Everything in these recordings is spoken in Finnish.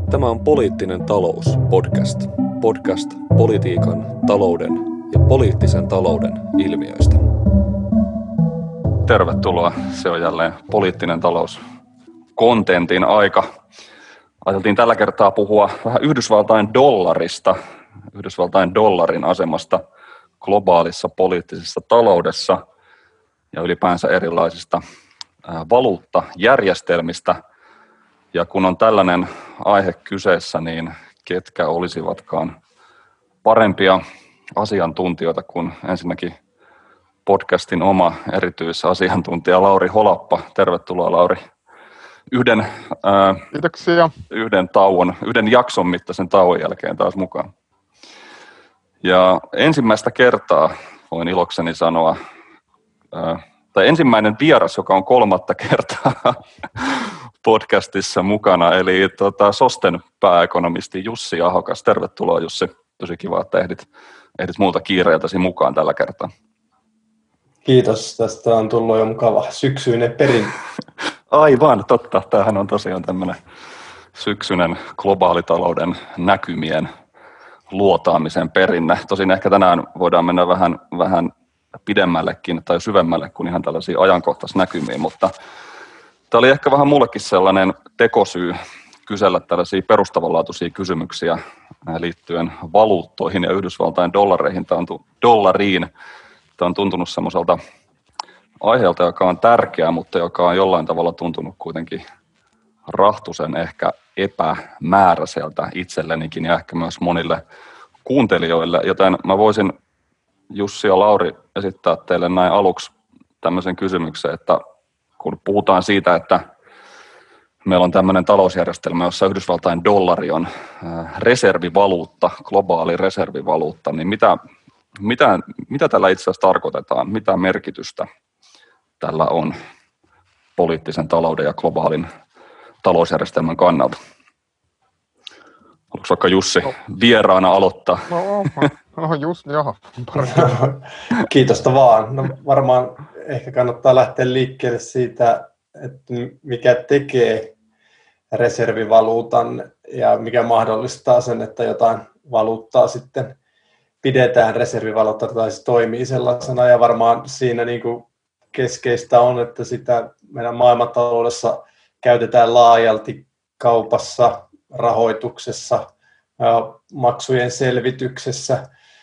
Tämä on Poliittinen talous podcast. Podcast politiikan, talouden ja poliittisen talouden ilmiöistä. Tervetuloa. Se on jälleen Poliittinen talous kontentin aika. Ajateltiin tällä kertaa puhua vähän Yhdysvaltain dollarista, Yhdysvaltain dollarin asemasta globaalissa poliittisessa taloudessa ja ylipäänsä erilaisista valuuttajärjestelmistä. Ja kun on tällainen aihe kyseessä, niin ketkä olisivatkaan parempia asiantuntijoita kuin ensinnäkin podcastin oma erityisasiantuntija Lauri Holappa. Tervetuloa, Lauri. Kiitoksia. Yhden jakson mittaisen tauon jälkeen taas mukaan. Ja ensimmäistä kertaa voin ilokseni sanoa, tai ensimmäinen vieras, joka on kolmatta kertaa podcastissa mukana, eli SOSTEn pääekonomisti Jussi Ahokas. Tervetuloa, Jussi. Tosi kiva, että ehdit multa kiireiltäsi mukaan tällä kertaa. Kiitos. Tästä on tullut jo mukava syksyinen perintö. Aivan, totta. Tämähän on tosiaan tämmöinen syksyinen globaalitalouden näkymien luotaamisen perinne. Tosin ehkä tänään voidaan mennä vähän pidemmällekin tai syvemmälle kuin ihan tällaisiin ajankohtaisnäkymiin, mutta tämä oli ehkä vähän mullekin sellainen tekosyy kysellä tällaisia perustavanlaatuisia kysymyksiä liittyen valuuttoihin ja Yhdysvaltain dollariin. Tämä on tuntunut semmoiselta aiheelta, joka on tärkeä, mutta joka on jollain tavalla tuntunut kuitenkin rahtusen ehkä epämääräiseltä itsellenikin ja ehkä myös monille kuuntelijoille, joten mä voisin Jussi ja Lauri esittää teille näin aluksi tämmöisen kysymyksen, että kun puhutaan siitä, että meillä on tämmöinen talousjärjestelmä, jossa Yhdysvaltain dollari on reservivaluutta, globaali reservivaluutta, niin mitä tällä itse asiassa tarkoitetaan? Mitä merkitystä tällä on poliittisen talouden ja globaalin talousjärjestelmän kannalta? Haluatko vaikka Jussi vieraana aloittaa? Kiitosta vaan. No, varmaan ehkä kannattaa lähteä liikkeelle siitä, että mikä tekee reservivaluutan ja mikä mahdollistaa sen, että jotain valuuttaa sitten pidetään reservivaluutta tai se toimii sellaisena. Ja varmaan siinä niin kuin keskeistä on, että sitä meidän maailmantaloudessa käytetään laajalti kaupassa, rahoituksessa, maksujen selvityksessä.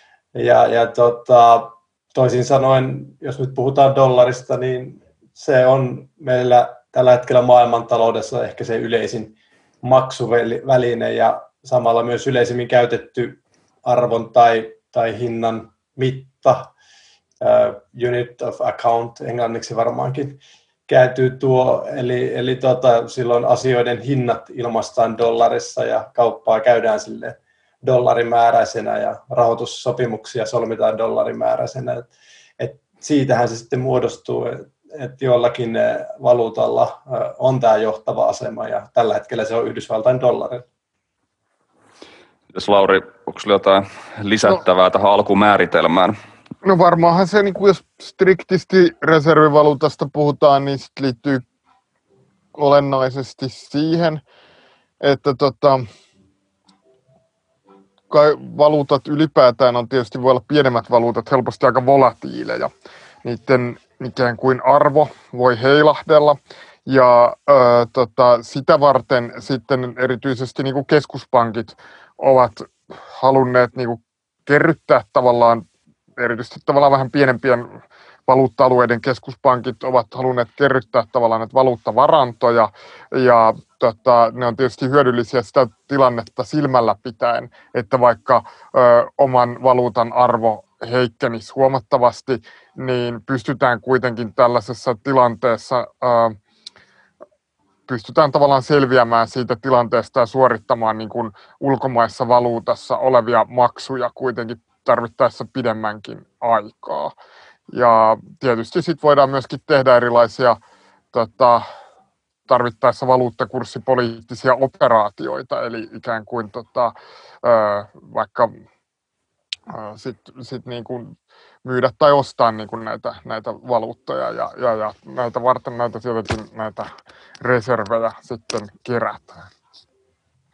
Toisin sanoen, jos nyt puhutaan dollarista, niin se on meillä tällä hetkellä maailmantaloudessa ehkä se yleisin maksuväline ja samalla myös yleisimmin käytetty arvon tai hinnan mitta, unit of account, englanniksi varmaankin kääntyy tuo, eli silloin asioiden hinnat ilmaistaan dollarissa ja kauppaa käydään sille dollarimääräisenä ja rahoitussopimuksia solmitaan dollarimääräisenä. Et siitähän se sitten muodostuu, että jollakin valuutalla on tämä johtava asema ja tällä hetkellä se on Yhdysvaltain dollari. Jos Lauri, onko sinulla jotain lisättävää tähän alkumääritelmään? No varmaanhan se, niin jos striktisti reservivaluutasta puhutaan, niin sit liittyy olennaisesti siihen, että valuutat ylipäätään on tietysti voi olla pienemmät valuutat helposti aika volatiileja. Niiden ikään kuin arvo voi heilahdella ja sitä varten sitten erityisesti niin kuin keskuspankit ovat halunneet niin kuin kerryttää erityisesti vähän pienempien valuutta-alueiden keskuspankit ovat halunneet kerryttää tavallaan näitä valuuttavarantoja ja ne on tietysti hyödyllisiä sitä tilannetta silmällä pitäen, että vaikka oman valuutan arvo heikkenisi huomattavasti, niin pystytään kuitenkin tällaisessa tilanteessa pystytään tavallaan selviämään siitä tilanteesta ja suorittamaan niin kuin ulkomaisessa valuutassa olevia maksuja kuitenkin tarvittaessa pidemmänkin aikaa. Ja tietysti sitten voidaan myöskin tehdä erilaisia tarvittaessa valuuttakurssipoliittisia operaatioita, eli ikään kuin vaikka sit niin kuin myydä tai ostaa niin kuin näitä valuuttoja ja näitä varten näitä reservejä sitten kerätään.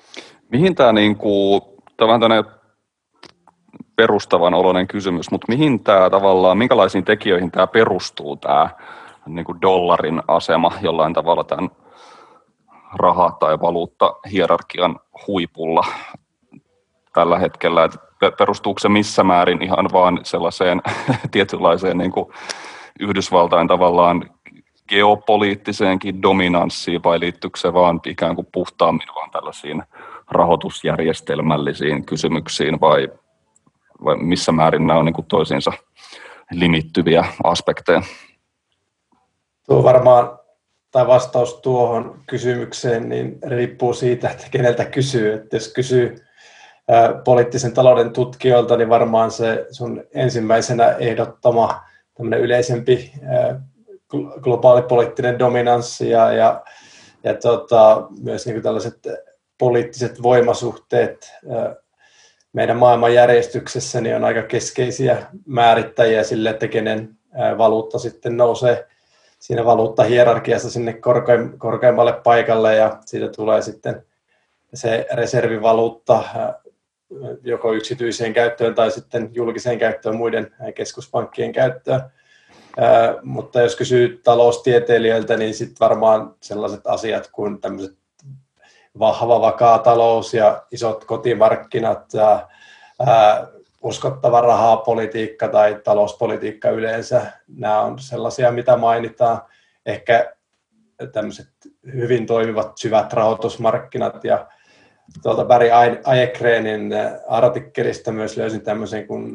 Mihin tämä on vähän tämmöinen perustavan oloinen kysymys, mutta mihin tämä tavallaan, minkälaisiin tekijöihin tämä perustuu, tämä dollarin asema jollain tavalla tämän raha- tai valuutta-hierarkian huipulla tällä hetkellä, että perustuuko se missä määrin ihan vaan sellaiseen tietynlaiseen Yhdysvaltain tavallaan geopoliittiseenkin dominanssiin vai liittyykö se vaan ikään kuin puhtaammin vaan tällaisiin rahoitusjärjestelmällisiin kysymyksiin vai missä määrin nämä on toisiinsa limittyviä aspekteja? Tuo varmaan, tai vastaus tuohon kysymykseen, niin riippuu siitä, että keneltä kysyy. Että jos kysyy poliittisen talouden tutkijoilta, niin varmaan se sun ensimmäisenä ehdottama tämmöinen yleisempi globaali poliittinen dominanssi ja myös tällaiset poliittiset voimasuhteet meidän maailmanjärjestyksessä niin on aika keskeisiä määrittäjiä sille, että kenen valuutta sitten nousee siinä valuuttahierarkiassa sinne korkeammalle paikalle ja siitä tulee sitten se reservivaluutta joko yksityiseen käyttöön tai sitten julkiseen käyttöön muiden keskuspankkien käyttöön. Mutta jos kysyy taloustieteilijöiltä, niin sitten varmaan sellaiset asiat kuin tämmöiset vahva, vakaa talous ja isot kotimarkkinat ja uskottava rahapolitiikka tai talouspolitiikka yleensä, nämä on sellaisia, mitä mainitaan. Ehkä tämmöiset hyvin toimivat syvät rahoitusmarkkinat ja tuolta Barry Eikrenin artikkelista myös löysin tämmöisen kuin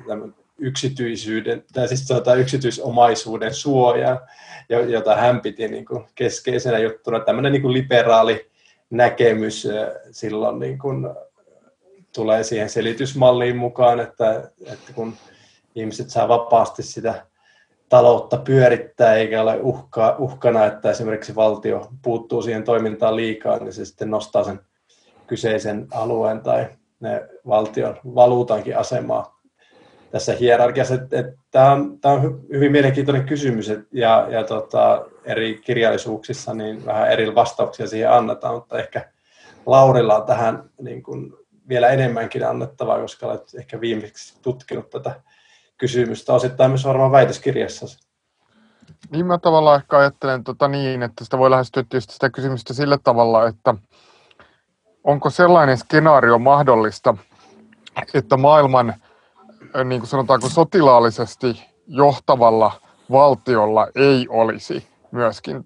yksityisomaisuuden suoja, jota hän piti niin kuin keskeisenä juttuna. Tämmöinen niin kuin liberaali näkemys silloin niin kuin tulee siihen selitysmalliin mukaan, että kun ihmiset saa vapaasti sitä taloutta pyörittää eikä ole uhkana, että esimerkiksi valtio puuttuu siihen toimintaan liikaa, niin se sitten nostaa sen kyseisen alueen tai valtion valuutankin asemaa tässä hierarkiassa. Tämä on hyvin mielenkiintoinen kysymys ja eri kirjallisuuksissa niin vähän eri vastauksia siihen annetaan, mutta ehkä Laurilla on tähän niin kuin vielä enemmänkin annettavaa, koska olet ehkä viimeksi tutkinut tätä kysymystä, osittain myös varmaan väitöskirjassasi. Niin mä tavallaan ehkä ajattelen niin, että sitä voi lähestyä tietysti sitä kysymystä sillä tavalla, että onko sellainen skenaario mahdollista, että maailman niin kuin sanotaanko sotilaallisesti johtavalla valtiolla ei olisi myöskin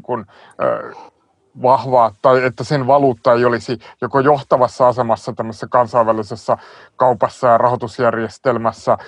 vahvaa, tai että sen valuutta ei olisi joko johtavassa asemassa tämmöisessä kansainvälisessä kaupassa ja rahoitusjärjestelmässä,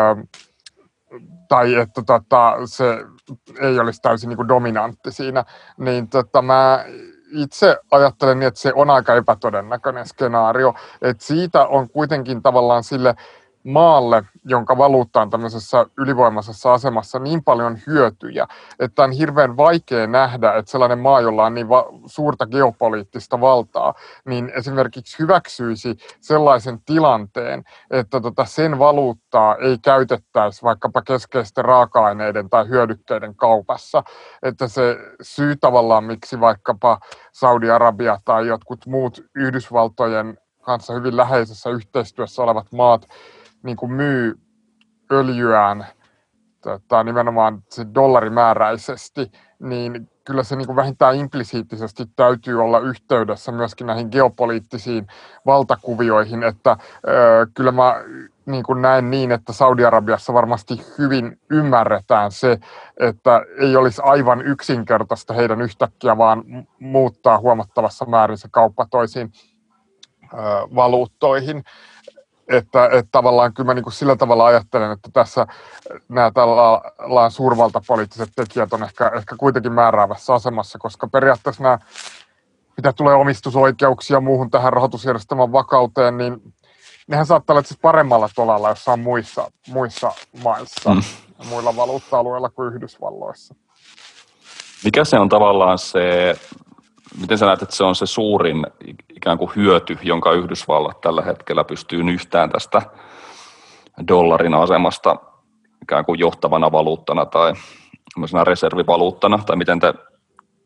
tai että se ei olisi täysin niin kuin dominantti siinä, niin mä itse ajattelen, että se on aika epätodennäköinen skenaario, että siitä on kuitenkin tavallaan sille maalle, jonka valuutta on tämmöisessä ylivoimaisessa asemassa niin paljon hyötyjä, että on hirveän vaikea nähdä, että sellainen maa, jolla on niin suurta geopoliittista valtaa, niin esimerkiksi hyväksyisi sellaisen tilanteen, että sen valuuttaa ei käytettäisi vaikkapa keskeisten raaka-aineiden tai hyödykkeiden kaupassa. Että se syy tavallaan, miksi vaikkapa Saudi-Arabia tai jotkut muut Yhdysvaltojen kanssa hyvin läheisessä yhteistyössä olevat maat niin kuin myy öljyään nimenomaan se dollarimääräisesti, niin kyllä se niin kuin vähintään implisiittisesti täytyy olla yhteydessä myöskin näihin geopoliittisiin valtakuvioihin, että kyllä mä niin kuin näen niin, että Saudi-Arabiassa varmasti hyvin ymmärretään se, että ei olisi aivan yksinkertaista heidän yhtäkkiä vaan muuttaa huomattavassa määrin se kauppa toisiin valuuttoihin. Että tavallaan kyllä mä niin kuin sillä tavalla ajattelen, että tässä nämä tällainen suurvaltapoliittiset tekijät on ehkä kuitenkin määräävässä asemassa, koska periaatteessa nämä, mitä tulee omistusoikeuksia muuhun tähän rahoitusjärjestelmän vakauteen, niin nehän saattaa olla siis paremmalla tolalla jossain muissa maissa, muilla valuutta-alueilla kuin Yhdysvalloissa. Mikä se on tavallaan se, miten sä näet, että se on se suurin ikään kuin hyöty, jonka Yhdysvallat tällä hetkellä pystyy nyhtään tästä dollarin asemasta ikään kuin johtavana valuuttana tai reservivaluuttana, tai miten te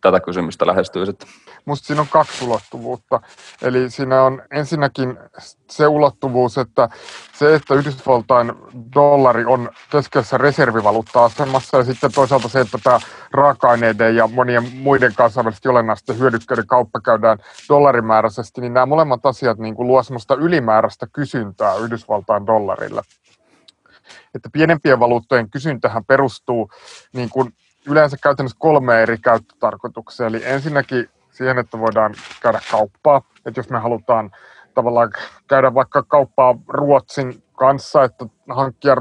tätä kysymystä lähestyisit? Musta siinä on kaksi ulottuvuutta. Eli siinä on ensinnäkin se ulottuvuus, että se, että Yhdysvaltain dollari on keskeisessä reservivaluutta-asemassa ja sitten toisaalta se, että tämä raaka-aineiden ja monien muiden kansainvälisesti olennaisten hyödykkeiden kauppa käydään dollarimääräisesti, niin nämä molemmat asiat niin kuin luo sellaista ylimääräistä kysyntää Yhdysvaltain dollarille. Että pienempien valuuttojen kysyntähän perustuu niin kuin yleensä käytännössä 3 eri käyttötarkoitukseen. Eli ensinnäkin siihen, että voidaan käydä kauppaa. Että jos me halutaan tavallaan käydä vaikka kauppaa Ruotsin kanssa, että hankkia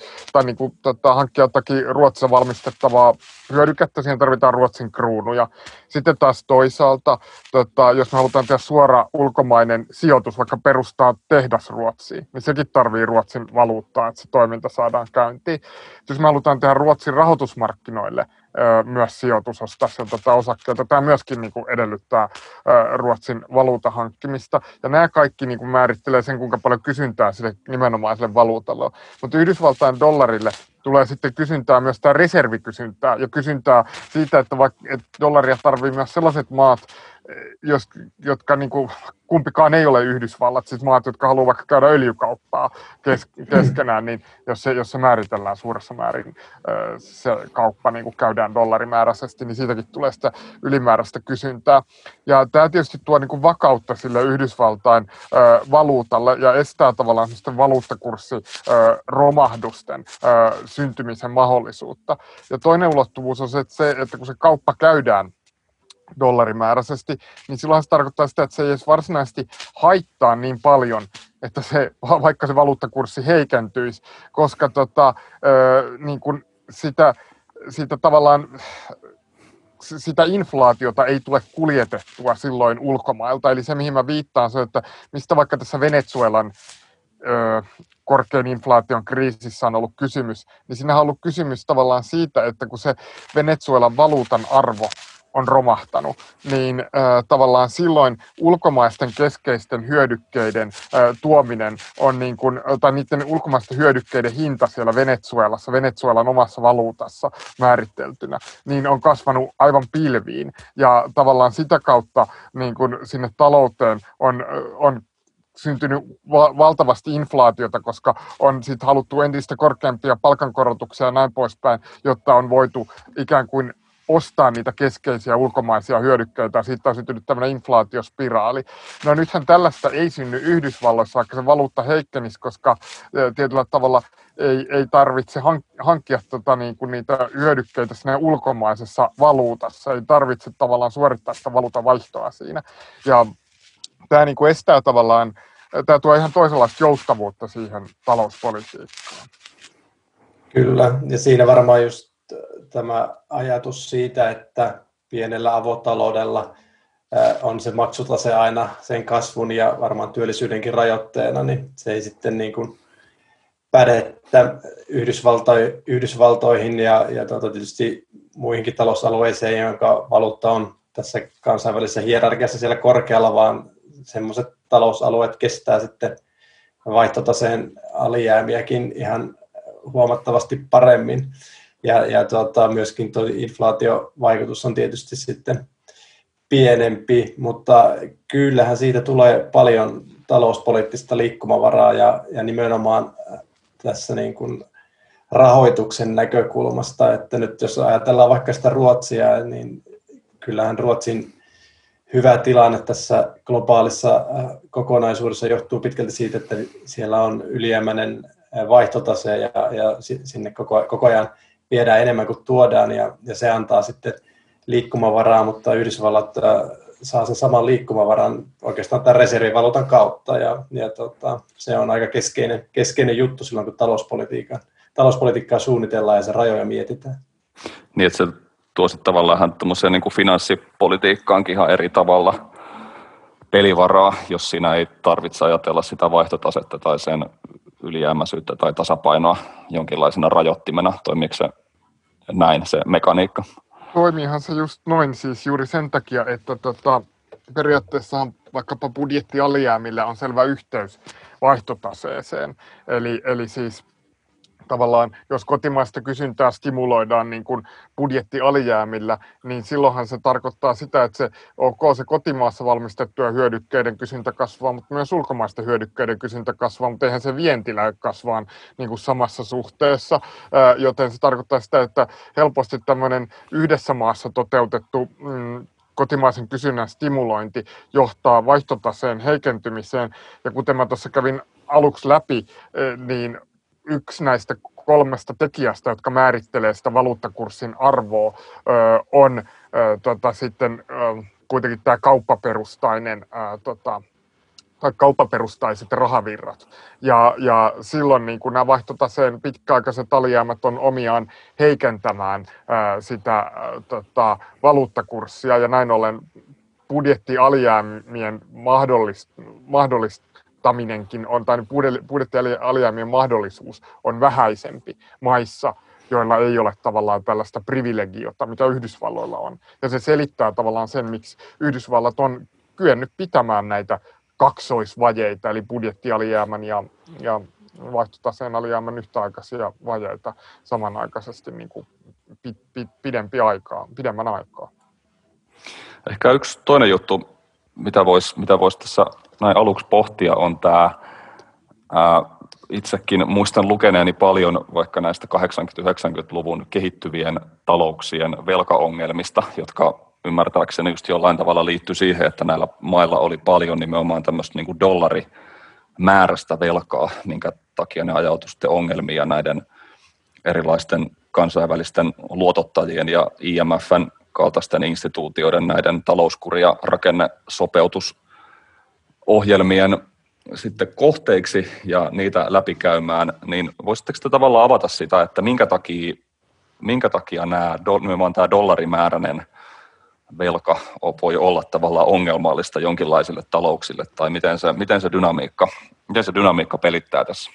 hankkia jotakin Ruotsissa valmistettavaa hyödykettä, siihen tarvitaan Ruotsin kruunuja. Sitten taas toisaalta, jos me halutaan tehdä suora ulkomainen sijoitus, vaikka perustaa tehdas Ruotsiin, niin sekin tarvii Ruotsin valuuttaa, että se toiminta saadaan käyntiin. Jos me halutaan tehdä Ruotsin rahoitusmarkkinoille myös sijoitus, ostaa sieltä osakkeita, tämä myöskin niin kuin edellyttää Ruotsin valuutan hankkimista. Ja nämä kaikki niin kuin määrittelee sen, kuinka paljon kysyntää sille nimenomaiselle valuutalle on. Mutta Yhdysvaltain dollarille tulee sitten kysyntää myös tämä reservikysyntää ja kysyntää siitä, että dollaria tarvii myös sellaiset maat, jotka niin kuin, kumpikaan ei ole Yhdysvallat, siis maat, jotka haluaa vaikka käydä öljykauppaa keskenään, niin jos se määritellään suuressa määrin, se kauppa niin kuin käydään dollarimääräisesti, niin siitäkin tulee sitä ylimääräistä kysyntää. Ja tämä tietysti tuo niin kuin vakautta sille Yhdysvaltain valuutalle ja estää tavallaan sellaisten valuuttakurssiromahdusten syntymisen mahdollisuutta. Ja toinen ulottuvuus on se, että kun se kauppa käydään dollarimääräisesti, niin silloin se tarkoittaa sitä, että se ei edes varsinaisesti haittaa niin paljon, että vaikka se valuuttakurssi heikentyisi, koska niin kun sitä tavallaan sitä inflaatiota ei tule kuljetettua silloin ulkomailta. Eli se, mihin mä viittaan, se, että mistä vaikka tässä Venezuelan korkean inflaation kriisissä on ollut kysymys, niin siinä on ollut kysymys tavallaan siitä, että kun se Venezuelan valuutan arvo on romahtanut, niin tavallaan silloin ulkomaisten keskeisten hyödykkeiden tuominen on niin kuin, tai niiden ulkomaisten hyödykkeiden hinta siellä Venezuelan omassa valuutassa määriteltynä, niin on kasvanut aivan pilviin. Ja tavallaan sitä kautta niin kuin sinne talouteen on syntynyt valtavasti inflaatiota, koska on sitten haluttu entistä korkeampia palkankorotuksia ja näin poispäin, jotta on voitu ikään kuin ostaa niitä keskeisiä ulkomaisia hyödykkeitä, ja siitä on syntynyt tämmöinen inflaatiospiraali. No nythän tällaista ei synny Yhdysvalloissa, vaikka se valuutta heikkenisi, koska tietyllä tavalla ei tarvitse hankkia niin kuin niitä hyödykkeitä siinä ulkomaisessa valuutassa, ei tarvitse tavallaan suorittaa sitä valuutavaihtoa siinä. Ja tämä niin kuin estää tavallaan, tämä tuo ihan toisenlaista joustavuutta siihen talouspolitiikkaan. Kyllä, ja siinä varmaan just tämä ajatus siitä, että pienellä avotaloudella on se maksutase aina sen kasvun ja varmaan työllisyydenkin rajoitteena, niin se ei sitten niin kuin päde Yhdysvaltoihin ja tietysti muihinkin talousalueisiin, jonka valuutta on tässä kansainvälisessä hierarkiassa siellä korkealla, vaan semmoiset talousalueet kestää sitten vaihtotaseen alijäämiäkin ihan huomattavasti paremmin. Ja myöskin tuo inflaatiovaikutus on tietysti sitten pienempi, mutta kyllähän siitä tulee paljon talouspoliittista liikkumavaraa ja nimenomaan tässä niin kuin rahoituksen näkökulmasta, että nyt jos ajatellaan vaikka sitä Ruotsia, niin kyllähän Ruotsin hyvä tilanne tässä globaalissa kokonaisuudessa johtuu pitkälti siitä, että siellä on ylijäämäinen vaihtotase ja sinne koko ajan viedään enemmän kuin tuodaan ja se antaa sitten liikkumavaraa, mutta Yhdysvallat saa sen saman liikkumavaran oikeastaan tämän reservivaluutan kautta ja se on aika keskeinen juttu silloin, kun talouspolitiikkaa suunnitellaan ja sen rajoja mietitään. Niin, että se tuo sitten tavallaan tämmöiseen niin kuin finanssipolitiikkaankin ihan eri tavalla pelivaraa, jos siinä ei tarvitse ajatella sitä vaihtotasetta tai sen ylijäämäisyyttä tai tasapainoa jonkinlaisena rajoittimena. Toimiiko se näin se mekaniikka? Toimiihan se just noin, siis juuri sen takia, että periaatteessahan vaikkapa budjettialijäämillä on selvä yhteys vaihtotaseeseen. Eli siis tavallaan, jos kotimaista kysyntää stimuloidaan niin kuin budjettialijäämillä, niin silloinhan se tarkoittaa sitä, että se kotimaassa valmistettujen hyödykkeiden kysyntä kasvaa, mutta myös ulkomaisten hyödykkeiden kysyntä kasvaa, mutta eihän se vienti lähde kasvaan niin kuin samassa suhteessa, joten se tarkoittaa sitä, että helposti tämmöinen yhdessä maassa toteutettu kotimaisen kysynnän stimulointi johtaa vaihtotaseen heikentymiseen, ja kuten mä tuossa kävin aluksi läpi, niin yksi näistä 3 tekijästä, jotka määrittelee sitä valuuttakurssin arvoa, on sitten kuitenkin tämä kauppaperustaiset rahavirrat. Ja silloin niin kun nämä vaihtotaseen pitkäaikaiset alijäämät on omiaan heikentämään sitä valuuttakurssia, ja näin ollen budjettialijäämien mahdollistaminenkin on, tai budjettialijäämien mahdollisuus on vähäisempi maissa, joilla ei ole tavallaan tällaista privilegiota, mitä Yhdysvalloilla on. Ja se selittää tavallaan sen, miksi Yhdysvallat on kyennyt pitämään näitä kaksoisvajeita, eli budjettialijäämän ja vaihtotaseen alijäämän yhtäaikaisia vajeita samanaikaisesti niin kuin pidemmän aikaa. Ehkä yksi toinen juttu, mitä vois tässä näin aluksi pohtia, on tämä, itsekin muistan lukeneeni paljon vaikka näistä 80-90-luvun kehittyvien talouksien velkaongelmista, jotka ymmärtääkseni just jollain tavalla liittyy siihen, että näillä mailla oli paljon nimenomaan tämmöistä niin kuin dollarimääräistä velkaa, minkä takia ne ajautui sitten ongelmiin ja näiden erilaisten kansainvälisten luotottajien ja IMFn kaltaisten instituutioiden näiden talouskuri- ja rakennesopeutusohjelmien sitten kohteiksi ja niitä läpikäymään, niin voisitteko te tavallaan avata sitä, että minkä takia nimenomaan tämä dollarimääräinen velka voi olla tavallaan ongelmallista jonkinlaisille talouksille, tai miten se dynamiikka pelittää tässä?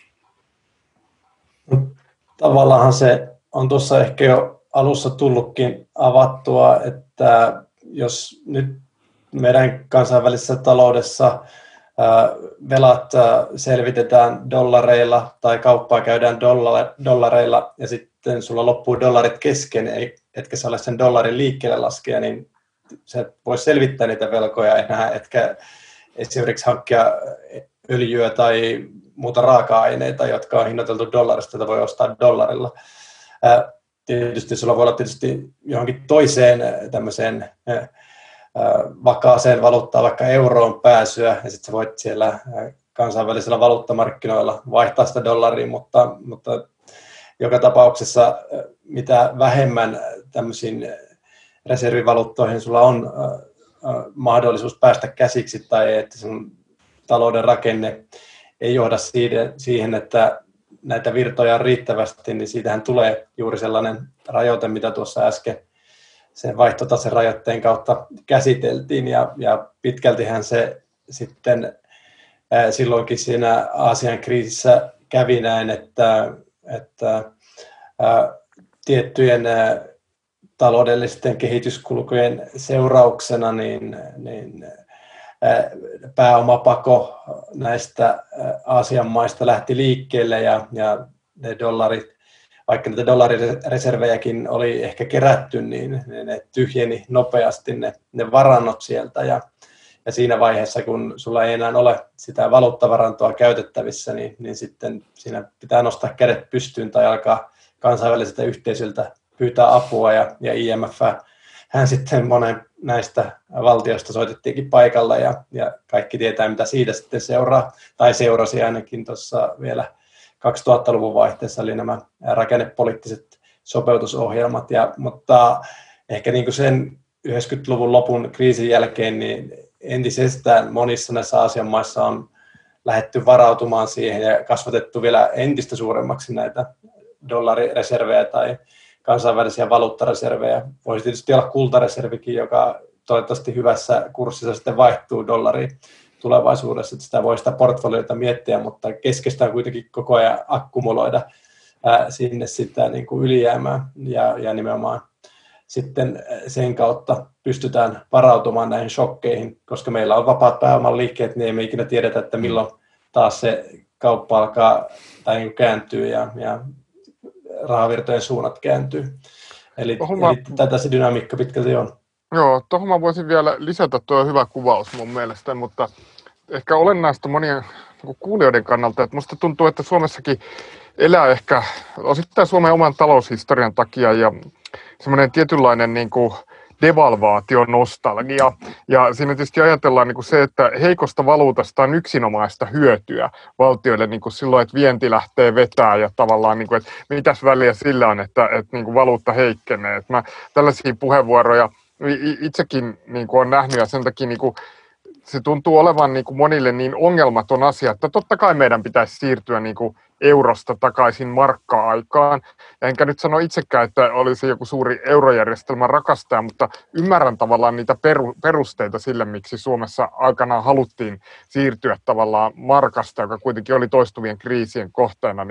Tavallaan se on tuossa ehkä jo alussa tullutkin avattua, että jos nyt meidän kansainvälisessä taloudessa velat selvitetään dollareilla tai kauppaa käydään dollareilla ja sitten sulla loppuu dollarit kesken, etkä sä ole sen dollarin liikkeelle laskea, niin sä vois selvittää niitä velkoja enää, etkä esimerkiksi hankkia öljyä tai muuta raaka-aineita, jotka on hinnoiteltu dollarista, jota voi ostaa dollarilla. Tietysti sulla voi olla johonkin toiseen tämmöiseen vakaaseen valuuttaan, vaikka euroon pääsyä, ja sitten sä voit siellä kansainvälisillä valuuttamarkkinoilla vaihtaa sitä dollariin, mutta joka tapauksessa mitä vähemmän tämmöisiin reservivaluuttoihin sulla on mahdollisuus päästä käsiksi, tai että sun talouden rakenne ei johda siihen, että näitä virtoja on riittävästi, niin siitähän tulee juuri sellainen rajoite, mitä tuossa äsken sen vaihtotaserajoitteen kautta käsiteltiin, ja pitkältihän se sitten silloinkin siinä Aasian kriisissä kävi näin, että tiettyjen taloudellisten kehityskulkujen seurauksena niin pääomapako näistä Aasian maista lähti liikkeelle, ja ne dollarit, vaikka niitä dollarireservejäkin oli ehkä kerätty, niin ne tyhjeni nopeasti ne varannot sieltä, ja siinä vaiheessa, kun sulla ei enää ole sitä valuuttavarantoa käytettävissä, niin sitten siinä pitää nostaa kädet pystyyn tai alkaa kansainväliseltä yhteisöltä pyytää apua, ja IMF hän sitten monen näistä valtioista soitettiinkin paikalla, ja kaikki tietää, mitä siitä sitten seuraa, tai seurasi ainakin tuossa vielä 2000-luvun vaihteessa, oli nämä rakennepoliittiset sopeutusohjelmat, mutta ehkä niin kuin sen 90-luvun lopun kriisin jälkeen, niin entisestään monissa näissä Aasian maissa on lähdetty varautumaan siihen ja kasvatettu vielä entistä suuremmaksi näitä dollarireservejä tai kansainvälisiä valuuttareservejä. Voisi tietysti olla kultareservikin, joka toivottavasti hyvässä kurssissa sitten vaihtuu dollariin tulevaisuudessa. Sitä voi sitä portfoliota miettiä, mutta keskeistä on kuitenkin koko ajan akkumuloida sinne sitä niin kuin ylijäämää, ja nimenomaan sitten sen kautta pystytään varautumaan näihin shokkeihin, koska meillä on vapaat pääoman liikkeet, niin emme ikinä tiedetä, että milloin taas se kauppa alkaa tai niin kääntyy, ja rahavirtojen suunnat kääntyy. Eli tätä se dynamiikka pitkälti on. Joo, tuohon mä voisin vielä lisätä, tuo on hyvä kuvaus mun mielestä, mutta ehkä olennaista monien kuulijoiden kannalta, että musta tuntuu, että Suomessakin elää ehkä osittain Suomen oman taloushistorian takia ja semmoinen tietynlainen niin kuin devalvaationostalgia. Ja siinä tietysti ajatellaan niin kuin se, että heikosta valuutasta on yksinomaista hyötyä valtioille niin kuin silloin, että vienti lähtee vetää ja tavallaan, niin kuin, että mitäs väliä sillä on, että niin kuin valuutta heikkenee. Että mä tällaisia puheenvuoroja itsekin niin kuin olen nähnyt ja sen takia niin kuin se tuntuu olevan niin kuin monille niin ongelmaton asia, että totta kai meidän pitäisi siirtyä niin kuin eurosta takaisin markka-aikaan. Ja enkä nyt sano itsekään, että olisi joku suuri eurojärjestelmän rakastaja, mutta ymmärrän tavallaan niitä perusteita sille, miksi Suomessa aikanaan haluttiin siirtyä tavallaan markasta, joka kuitenkin oli toistuvien kriisien kohteena,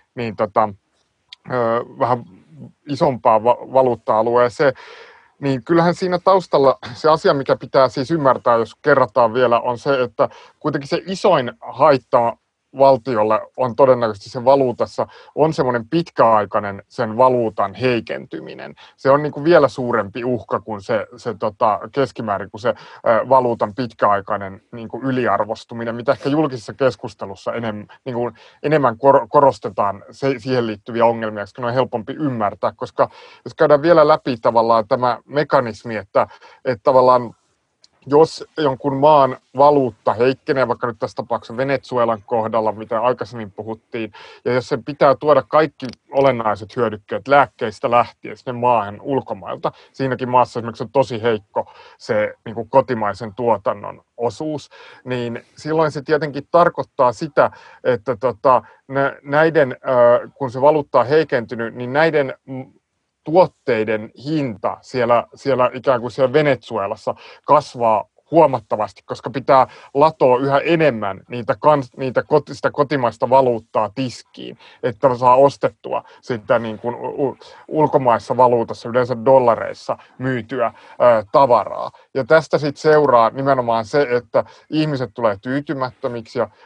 vähän isompaan valuutta-alueeseen. Niin kyllähän siinä taustalla se asia, mikä pitää siis ymmärtää, jos kerrataan vielä, on se, että kuitenkin se isoin haitta valtiolle on todennäköisesti sen valuutassa, on semmoinen pitkäaikainen sen valuutan heikentyminen. Se on niin kuin vielä suurempi uhka kuin se keskimäärin kuin se valuutan pitkäaikainen niin kuin yliarvostuminen, mitä ehkä julkisessa keskustelussa enemmän korostetaan siihen liittyviä ongelmia, koska ne on helpompi ymmärtää, koska jos käydään vielä läpi tavallaan tämä mekanismi, että tavallaan jos jonkun maan valuutta heikkenee, vaikka nyt tässä tapauksessa Venezuelan kohdalla, mitä aikaisemmin puhuttiin, ja jos sen pitää tuoda kaikki olennaiset hyödykkeet lääkkeistä lähtien sinne maahan ulkomailta, siinäkin maassa esimerkiksi on tosi heikko se niin kuin kotimaisen tuotannon osuus, niin silloin se tietenkin tarkoittaa sitä, että näiden, kun se valuutta on heikentynyt, niin näiden tuotteiden hinta siellä ikään kuin siellä Venezuelassa kasvaa huomattavasti, koska pitää latoa yhä enemmän sitä kotimaista valuuttaa tiskiin, että saa ostettua sitä niin kuin ulkomaissa valuutassa, yleensä dollareissa myytyä tavaraa. Ja tästä sitten seuraa nimenomaan se, että ihmiset tulee tyytymättömiksi ja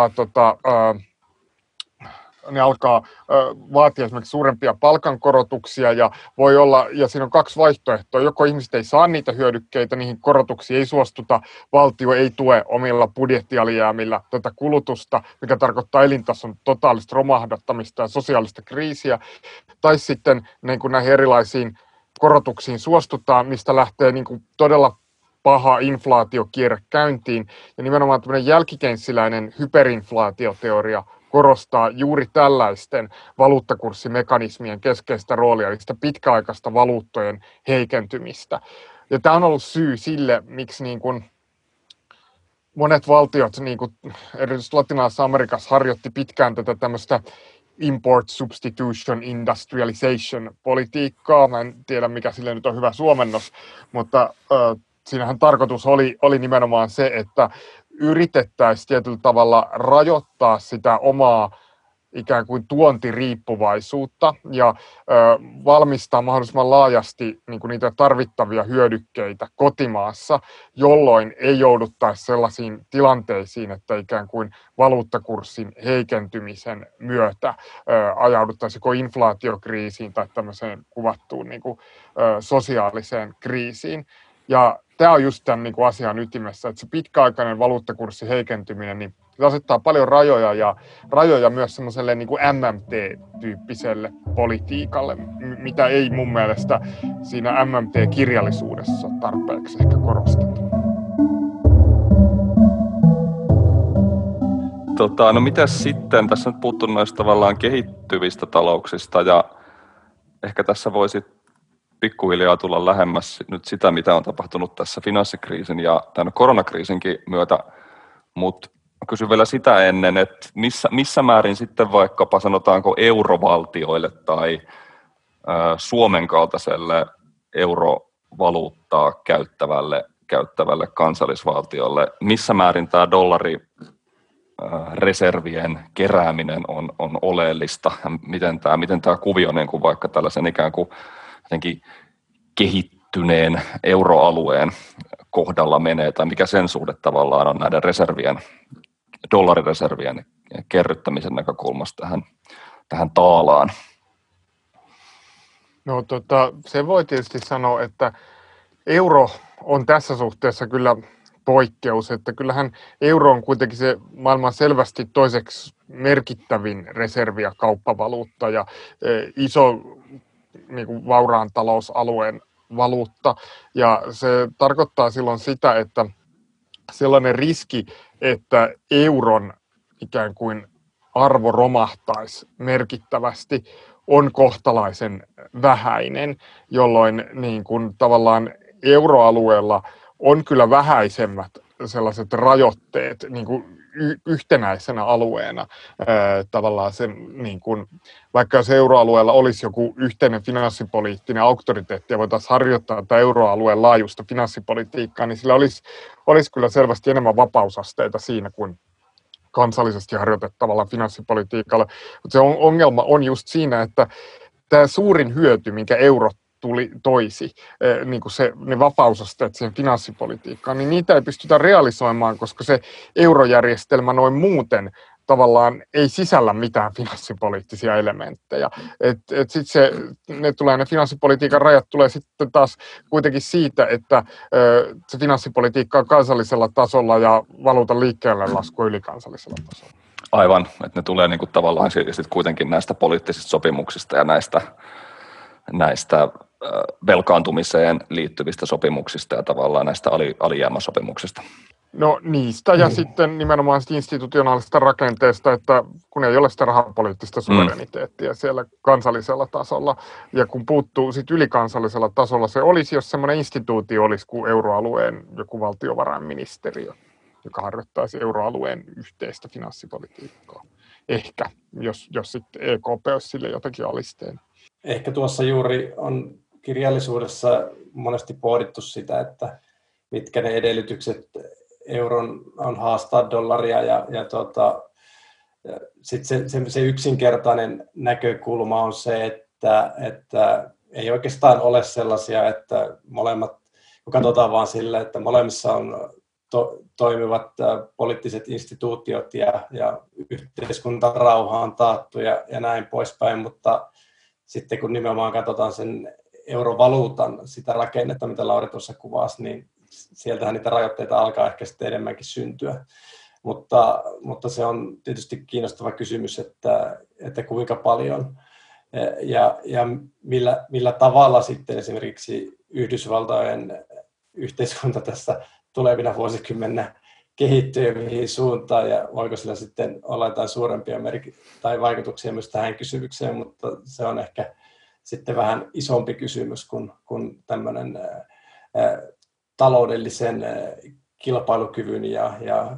ne alkaa vaatia esimerkiksi suurempia palkankorotuksia ja voi olla, ja siinä on kaksi vaihtoehtoa, joko ihmiset ei saa niitä hyödykkeitä, niihin korotuksiin ei suostuta, valtio ei tue omilla budjettialijäämillä tätä kulutusta, mikä tarkoittaa elintason totaalista romahdattamista ja sosiaalista kriisiä, tai sitten niin kuin näihin erilaisiin korotuksiin suostutaan, mistä lähtee niin kuin todella paha inflaatiokierre käyntiin, ja nimenomaan tämmöinen jälkikeynesiläinen hyperinflaatioteoria korostaa juuri tällaisten valuuttakurssimekanismien keskeistä roolia, eli sitä pitkäaikaista valuuttojen heikentymistä. Ja tämä on ollut syy sille, miksi niin kuin monet valtiot, niin kuin erityisesti Latinalaisessa Amerikassa, harjoitti pitkään tätä tämmöistä import substitution industrialization politiikkaa. Mä en tiedä, mikä sille nyt on hyvä suomennos, mutta siinähän tarkoitus oli nimenomaan se, että yritettäisiin tietyllä tavalla rajoittaa sitä omaa ikään kuin tuontiriippuvaisuutta ja valmistaa mahdollisimman laajasti niin kuin niitä tarvittavia hyödykkeitä kotimaassa, jolloin ei jouduttaisi sellaisiin tilanteisiin, että ikään kuin valuuttakurssin heikentymisen myötä ajauduttaisiin joko inflaatiokriisiin tai tämmöiseen kuvattuun niin kuin sosiaaliseen kriisiin. Ja tämä on just tämän niin kuin asian ytimessä, että se pitkäaikainen valuuttakurssin heikentyminen, niin se asettaa paljon rajoja myös semmoiselle niin kuin MMT-tyyppiselle politiikalle, mitä ei mun mielestä siinä MMT-kirjallisuudessa tarpeeksi ehkä korosteta. No mitäs sitten, tässä on puhuttu noista tavallaan kehittyvistä talouksista ja ehkä tässä voisi pikkuhiljaa tulla lähemmäs nyt sitä, mitä on tapahtunut tässä finanssikriisin ja tämän koronakriisinkin myötä, mutta kysyn vielä sitä ennen, että missä määrin sitten vaikkapa sanotaanko eurovaltioille tai Suomen kaltaiselle eurovaluuttaa käyttävälle kansallisvaltiolle, missä määrin tämä dollarireservien kerääminen on oleellista ja miten tämä kuvio niin kuin vaikka tällaisen ikään kuin jotenkin kehittyneen euroalueen kohdalla menee, tai mikä sen suhde tavallaan on näiden dollarireservien kerryttämisen näkökulmasta tähän taalaan? No se voi tietysti sanoa, että euro on tässä suhteessa kyllä poikkeus, että kyllähän euro on kuitenkin se maailman selvästi toiseksi merkittävin reservi- ja kauppavaluutta ja iso niin kuin vauraan talousalueen valuutta. Ja se tarkoittaa silloin sitä, että sellainen riski, että euron ikään kuin arvo romahtaisi merkittävästi, on kohtalaisen vähäinen, jolloin niin kuin tavallaan euroalueella on kyllä vähäisemmät sellaiset rajoitteet niin kuin yhtenäisenä alueena tavallaan sen, niin kuin, vaikka jos euroalueella olisi joku yhteinen finanssipoliittinen auktoriteetti ja voitaisiin harjoittaa tätä euroalueen laajuista finanssipolitiikkaa, niin sillä olisi kyllä selvästi enemmän vapausasteita siinä kuin kansallisesti harjoitettavalla finanssipolitiikalla. Mutta se ongelma on just siinä, että tämä suurin hyöty, minkä euro toisi, niin kuin ne vapausasteet siihen finanssipolitiikkaan, niin niitä ei pystytä realisoimaan, koska se eurojärjestelmä noin muuten tavallaan ei sisällä mitään finanssipoliittisia elementtejä. Ne finanssipolitiikan rajat tulee sitten taas kuitenkin siitä, että se finanssipolitiikka on kansallisella tasolla ja valuutan liikkeelle lasku ylikansallisella tasolla. Aivan, että ne tulee niin kuin tavallaan sitten kuitenkin näistä poliittisista sopimuksista ja näistä velkaantumiseen liittyvistä sopimuksista ja tavallaan näistä alijäämäsopimuksista. No niistä ja sitten nimenomaan institutionaalista rakenteesta, että kun ei ole sitä rahapoliittista suvereniteettia siellä kansallisella tasolla ja kun puuttuu sitten ylikansallisella tasolla, se olisi, jos semmoinen instituutio olisi kuin euroalueen joku valtiovarainministeriö, joka harjoittaisi euroalueen yhteistä finanssipolitiikkaa. Ehkä, jos sitten EKP olisi sille jotakin alisteen. Ehkä tuossa juuri on kirjallisuudessa monesti pohdittu sitä, että mitkä ne edellytykset euron on haastaa dollaria ja sitten se yksinkertainen näkökulma on se, että ei oikeastaan ole sellaisia, että molemmat, kun katsotaan vaan sillä, että molemmissa on toimivat poliittiset instituutiot ja yhteiskuntarauha on taattu ja näin poispäin, mutta sitten kun nimenomaan katsotaan sen eurovaluutan sitä rakennetta, mitä Lauri tuossa kuvasi, niin sieltähän niitä rajoitteita alkaa ehkä sitten enemmänkin syntyä. Mutta se on tietysti kiinnostava kysymys, että kuinka paljon ja millä tavalla sitten esimerkiksi Yhdysvaltojen yhteiskunta tässä tulevina vuosikymmenä kehittyy ja mihin suuntaan ja voiko sillä sitten olla jotain suurempia tai vaikutuksia myös tähän kysymykseen, mutta se on ehkä sitten vähän isompi kysymys kuin tämmöinen taloudellisen kilpailukyvyn ja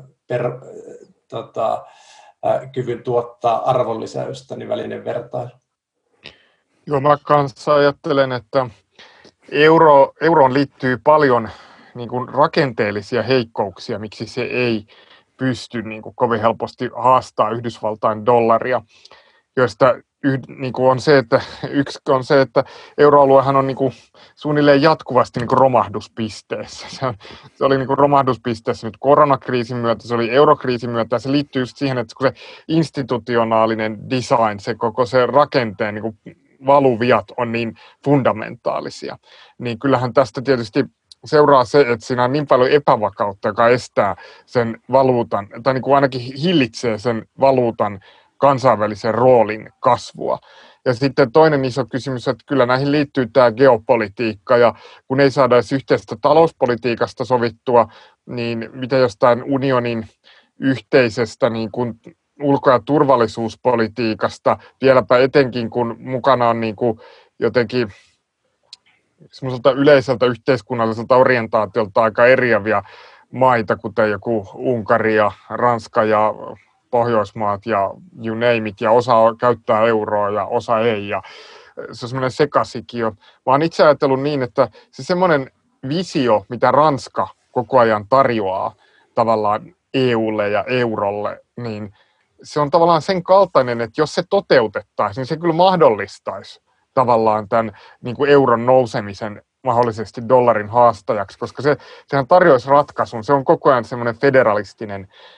kyvyn tuottaa arvonlisäystä niin välinen vertailu. Joo, mä kanssa ajattelen, että euroon liittyy paljon niin kuin rakenteellisia heikkouksia, miksi se ei pysty niin kuin kovin helposti haastaa Yhdysvaltain dollaria, joista niin kuin on se, että yksi on se, että euroaluehan on niin kuin suunnilleen jatkuvasti niin kuin romahduspisteessä. Se oli niin kuin romahduspisteessä nyt koronakriisin myötä, se oli eurokriisin myötä, ja se liittyy just siihen, että kun se institutionaalinen design, se koko se rakenteen niin kuin valuviat on niin fundamentaalisia, niin kyllähän tästä tietysti seuraa se, että siinä on niin paljon epävakautta, joka estää sen valuutan, tai niin kuin ainakin hillitsee sen valuutan kansainvälisen roolin kasvua. Ja sitten toinen iso kysymys, että kyllä näihin liittyy tämä geopolitiikka, ja kun ei saada edes yhteistä talouspolitiikasta sovittua, niin mitä jostain unionin yhteisestä niin kuin ulko- ja turvallisuuspolitiikasta, vieläpä etenkin kun mukana on niin kuin jotenkin semmoiselta yleiseltä yhteiskunnalliselta orientaatiolta aika eriäviä maita, kuten joku Unkari ja Ranska ja Pohjoismaat ja you name it, ja osa käyttää euroa ja osa ei, ja se on semmoinen sekasikio. Mä oon itse ajatellut niin, että se semmoinen visio, mitä Ranska koko ajan tarjoaa tavallaan EUlle ja eurolle, niin se on tavallaan sen kaltainen, että jos se toteutettaisiin, niin se kyllä mahdollistaisi tavallaan tämän niin kuin euron nousemisen mahdollisesti dollarin haastajaksi, koska sehän tarjoaisi ratkaisun. Se on koko ajan semmoinen federalistinen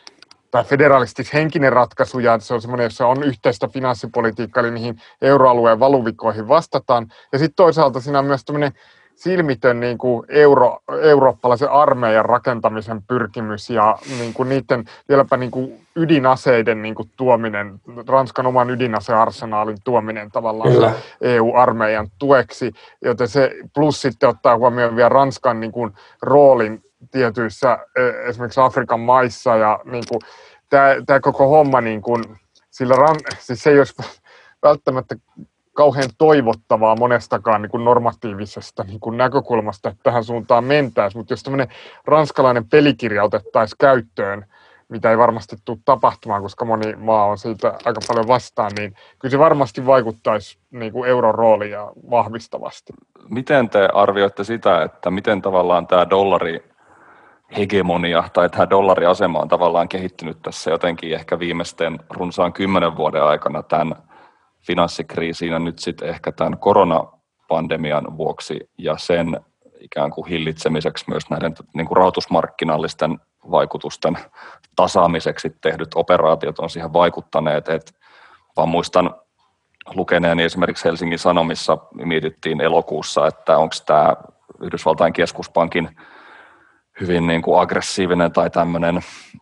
tai federalistis-henkinen ratkaisu, ja se on semmoinen, jossa on yhteistä finanssipolitiikkaa, eli niihin euroalueen valuvikoihin vastataan. Ja sitten toisaalta siinä on myös tämmöinen silmitön niin kuin eurooppalaisen armeijan rakentamisen pyrkimys ja niin kuin niiden vieläpä niin kuin ydinaseiden niin kuin tuominen, Ranskan oman ydinasearsenaalin tuominen tavallaan EU-armeijan tueksi, joten se plus sitten ottaa huomioon vielä Ranskan niin kuin roolin tietyissä esimerkiksi Afrikan maissa ja niin kuin, tämä koko homma, niin kuin, siis se ei olisi välttämättä kauhean toivottavaa monestakaan niin kuin normatiivisesta niin kuin näkökulmasta, että tähän suuntaan mentäisiin, mutta jos tämmöinen ranskalainen pelikirja otettaisiin käyttöön, mitä ei varmasti tule tapahtumaan, koska moni maa on siitä aika paljon vastaan, niin kyllä se varmasti vaikuttaisi niin kuin euron roolia vahvistavasti. Miten te arvioitte sitä, että miten tavallaan tämä hegemonia tai tämä dollariasema on tavallaan kehittynyt tässä jotenkin ehkä viimeisten runsaan 10 vuoden aikana tämän finanssikriisiin ja nyt sitten ehkä tämän koronapandemian vuoksi ja sen ikään kuin hillitsemiseksi myös näiden niin kuin rahoitusmarkkinallisten vaikutusten tasaamiseksi tehdyt operaatiot on siihen vaikuttaneet. Vaan muistan lukeneeni esimerkiksi Helsingin Sanomissa mietittiin elokuussa, että onko tämä Yhdysvaltain keskuspankin hyvin niin kuin aggressiivinen tai tämmöinen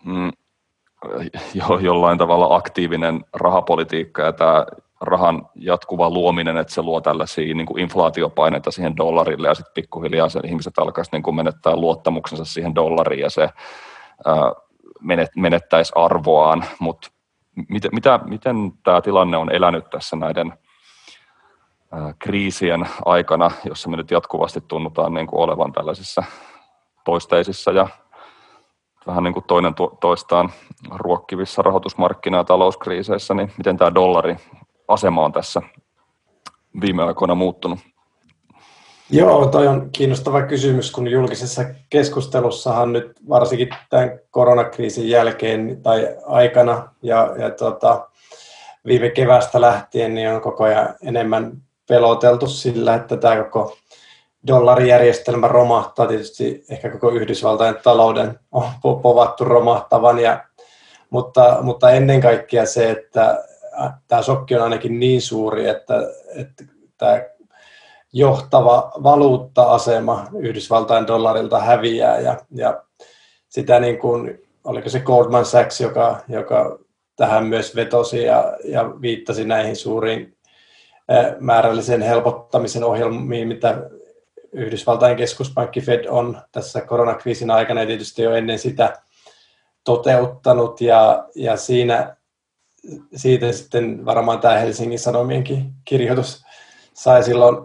jollain tavalla aktiivinen rahapolitiikka ja tämä rahan jatkuva luominen, että se luo tällaisia niin kuin inflaatiopaineita siihen dollarille ja sitten pikkuhiljaa ihmiset alkaisivat niin kuin menettää luottamuksensa siihen dollariin ja se menettäisi arvoaan, mutta miten tämä tilanne on elänyt tässä näiden kriisien aikana, jossa me nyt jatkuvasti tunnutaan niin kuin olevan tällaisissa toisteisissa ja vähän niin kuin toinen toistaan ruokkivissa rahoitusmarkkina- ja talouskriiseissä, niin miten tämä dollariasema on tässä viime aikoina muuttunut? Joo, toi on kiinnostava kysymys, kun julkisessa keskustelussahan nyt varsinkin tämän koronakriisin jälkeen tai aikana ja viime keväästä lähtien niin on koko ajan enemmän peloteltu sillä, että tämä koko dollarijärjestelmä romahtaa. Tietysti ehkä koko Yhdysvaltain talouden on povattu romahtavan, mutta ennen kaikkea se, että tämä shokki on ainakin niin suuri, että tämä johtava valuutta-asema Yhdysvaltain dollarilta häviää ja sitä niin kuin, oliko se Goldman Sachs, joka tähän myös vetosi ja viittasi näihin suuriin määrällisen helpottamisen ohjelmiin, mitä Yhdysvaltain keskuspankki Fed on tässä koronakriisin aikana ja tietysti jo ennen sitä toteuttanut ja siitä sitten varmaan tämä Helsingin Sanomienkin kirjoitus sai silloin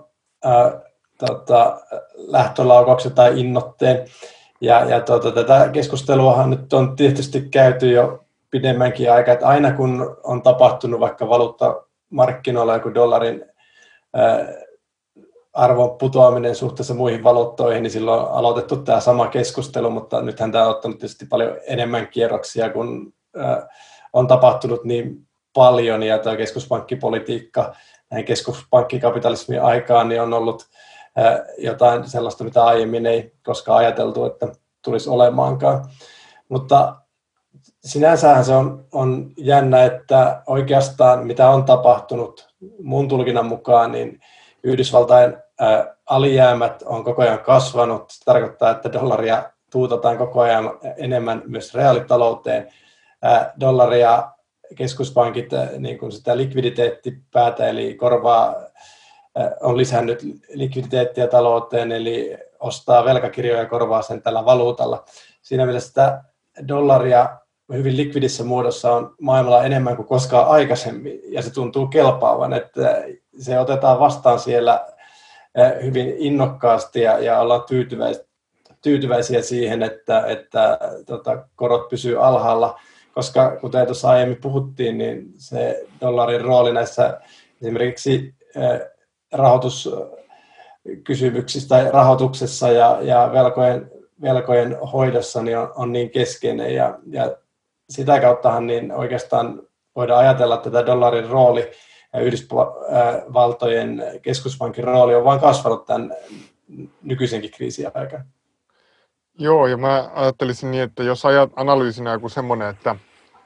lähtölaukauksen tai innoitteen. Tätä keskusteluahan nyt on tietysti käyty jo pidemmänkin aikaa, että aina kun on tapahtunut vaikka valuuttamarkkinoilla joku dollarin arvon putoaminen suhteessa muihin valuuttoihin, niin silloin on aloitettu tämä sama keskustelu, mutta nythän tämä on ottanut tietysti paljon enemmän kierroksia, kun on tapahtunut niin paljon, ja tämä keskuspankkipolitiikka näin keskuspankkikapitalismin aikaan niin on ollut jotain sellaista, mitä aiemmin ei koskaan ajateltu, että tulisi olemaankaan. Mutta sinänsähän se on jännä, että oikeastaan mitä on tapahtunut mun tulkinnan mukaan, niin Yhdysvaltain alijäämät on koko ajan kasvanut. Se tarkoittaa, että dollaria tuutetaan koko ajan enemmän myös reaalitalouteen. Dollaria keskuspankit niin kuin sitä likviditeettipäätä, eli on lisännyt likviditeettiä talouteen, eli ostaa velkakirjoja ja korvaa sen tällä valuutalla. Siinä mielessä sitä dollaria hyvin likvidissä muodossa on maailmalla enemmän kuin koskaan aikaisemmin, ja se tuntuu kelpaavan, että se otetaan vastaan siellä hyvin innokkaasti ja ollaan tyytyväisiä siihen, että korot pysyy alhaalla, koska kuten tuossa aiemmin puhuttiin, niin se dollarin rooli näissä esimerkiksi rahoituskysymyksissä tai rahoituksessa ja velkojen hoidossa niin on niin keskeinen, ja sitä kauttahan niin oikeastaan voidaan ajatella, että tämä dollarin rooli ja Yhdysvaltojen keskuspankin rooli on vain kasvanut tämän nykyisenkin kriisin aikana. Joo, ja mä ajattelisin niin, että jos analyysinä joku semmoinen, että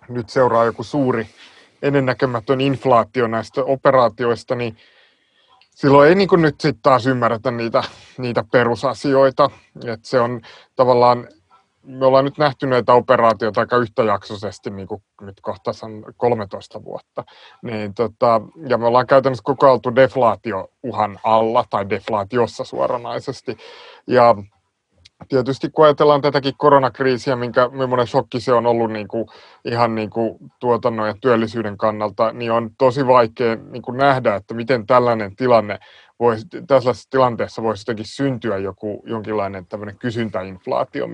nyt seuraa joku suuri ennennäkemätön inflaatio näistä operaatioista, niin silloin ei niin kuin nyt sitten taas ymmärretä niitä perusasioita. Et se on tavallaan, me ollaan nyt nähty näitä operaatioita aika yhtäjaksoisesti niin kuin nyt kohta 13 vuotta. Niin, ja me ollaan käytännössä koko ajan oltu deflaatio-uhan alla tai deflaatiossa suoranaisesti. Ja tietysti kun ajatellaan tätäkin koronakriisiä, millainen shokki se on ollut ihan tuotannon ja työllisyyden kannalta, niin on tosi vaikea nähdä, että miten tällaisessa tilanteessa voisi jotenkin syntyä jonkinlainen tämmöinen kysyntäinflaatio,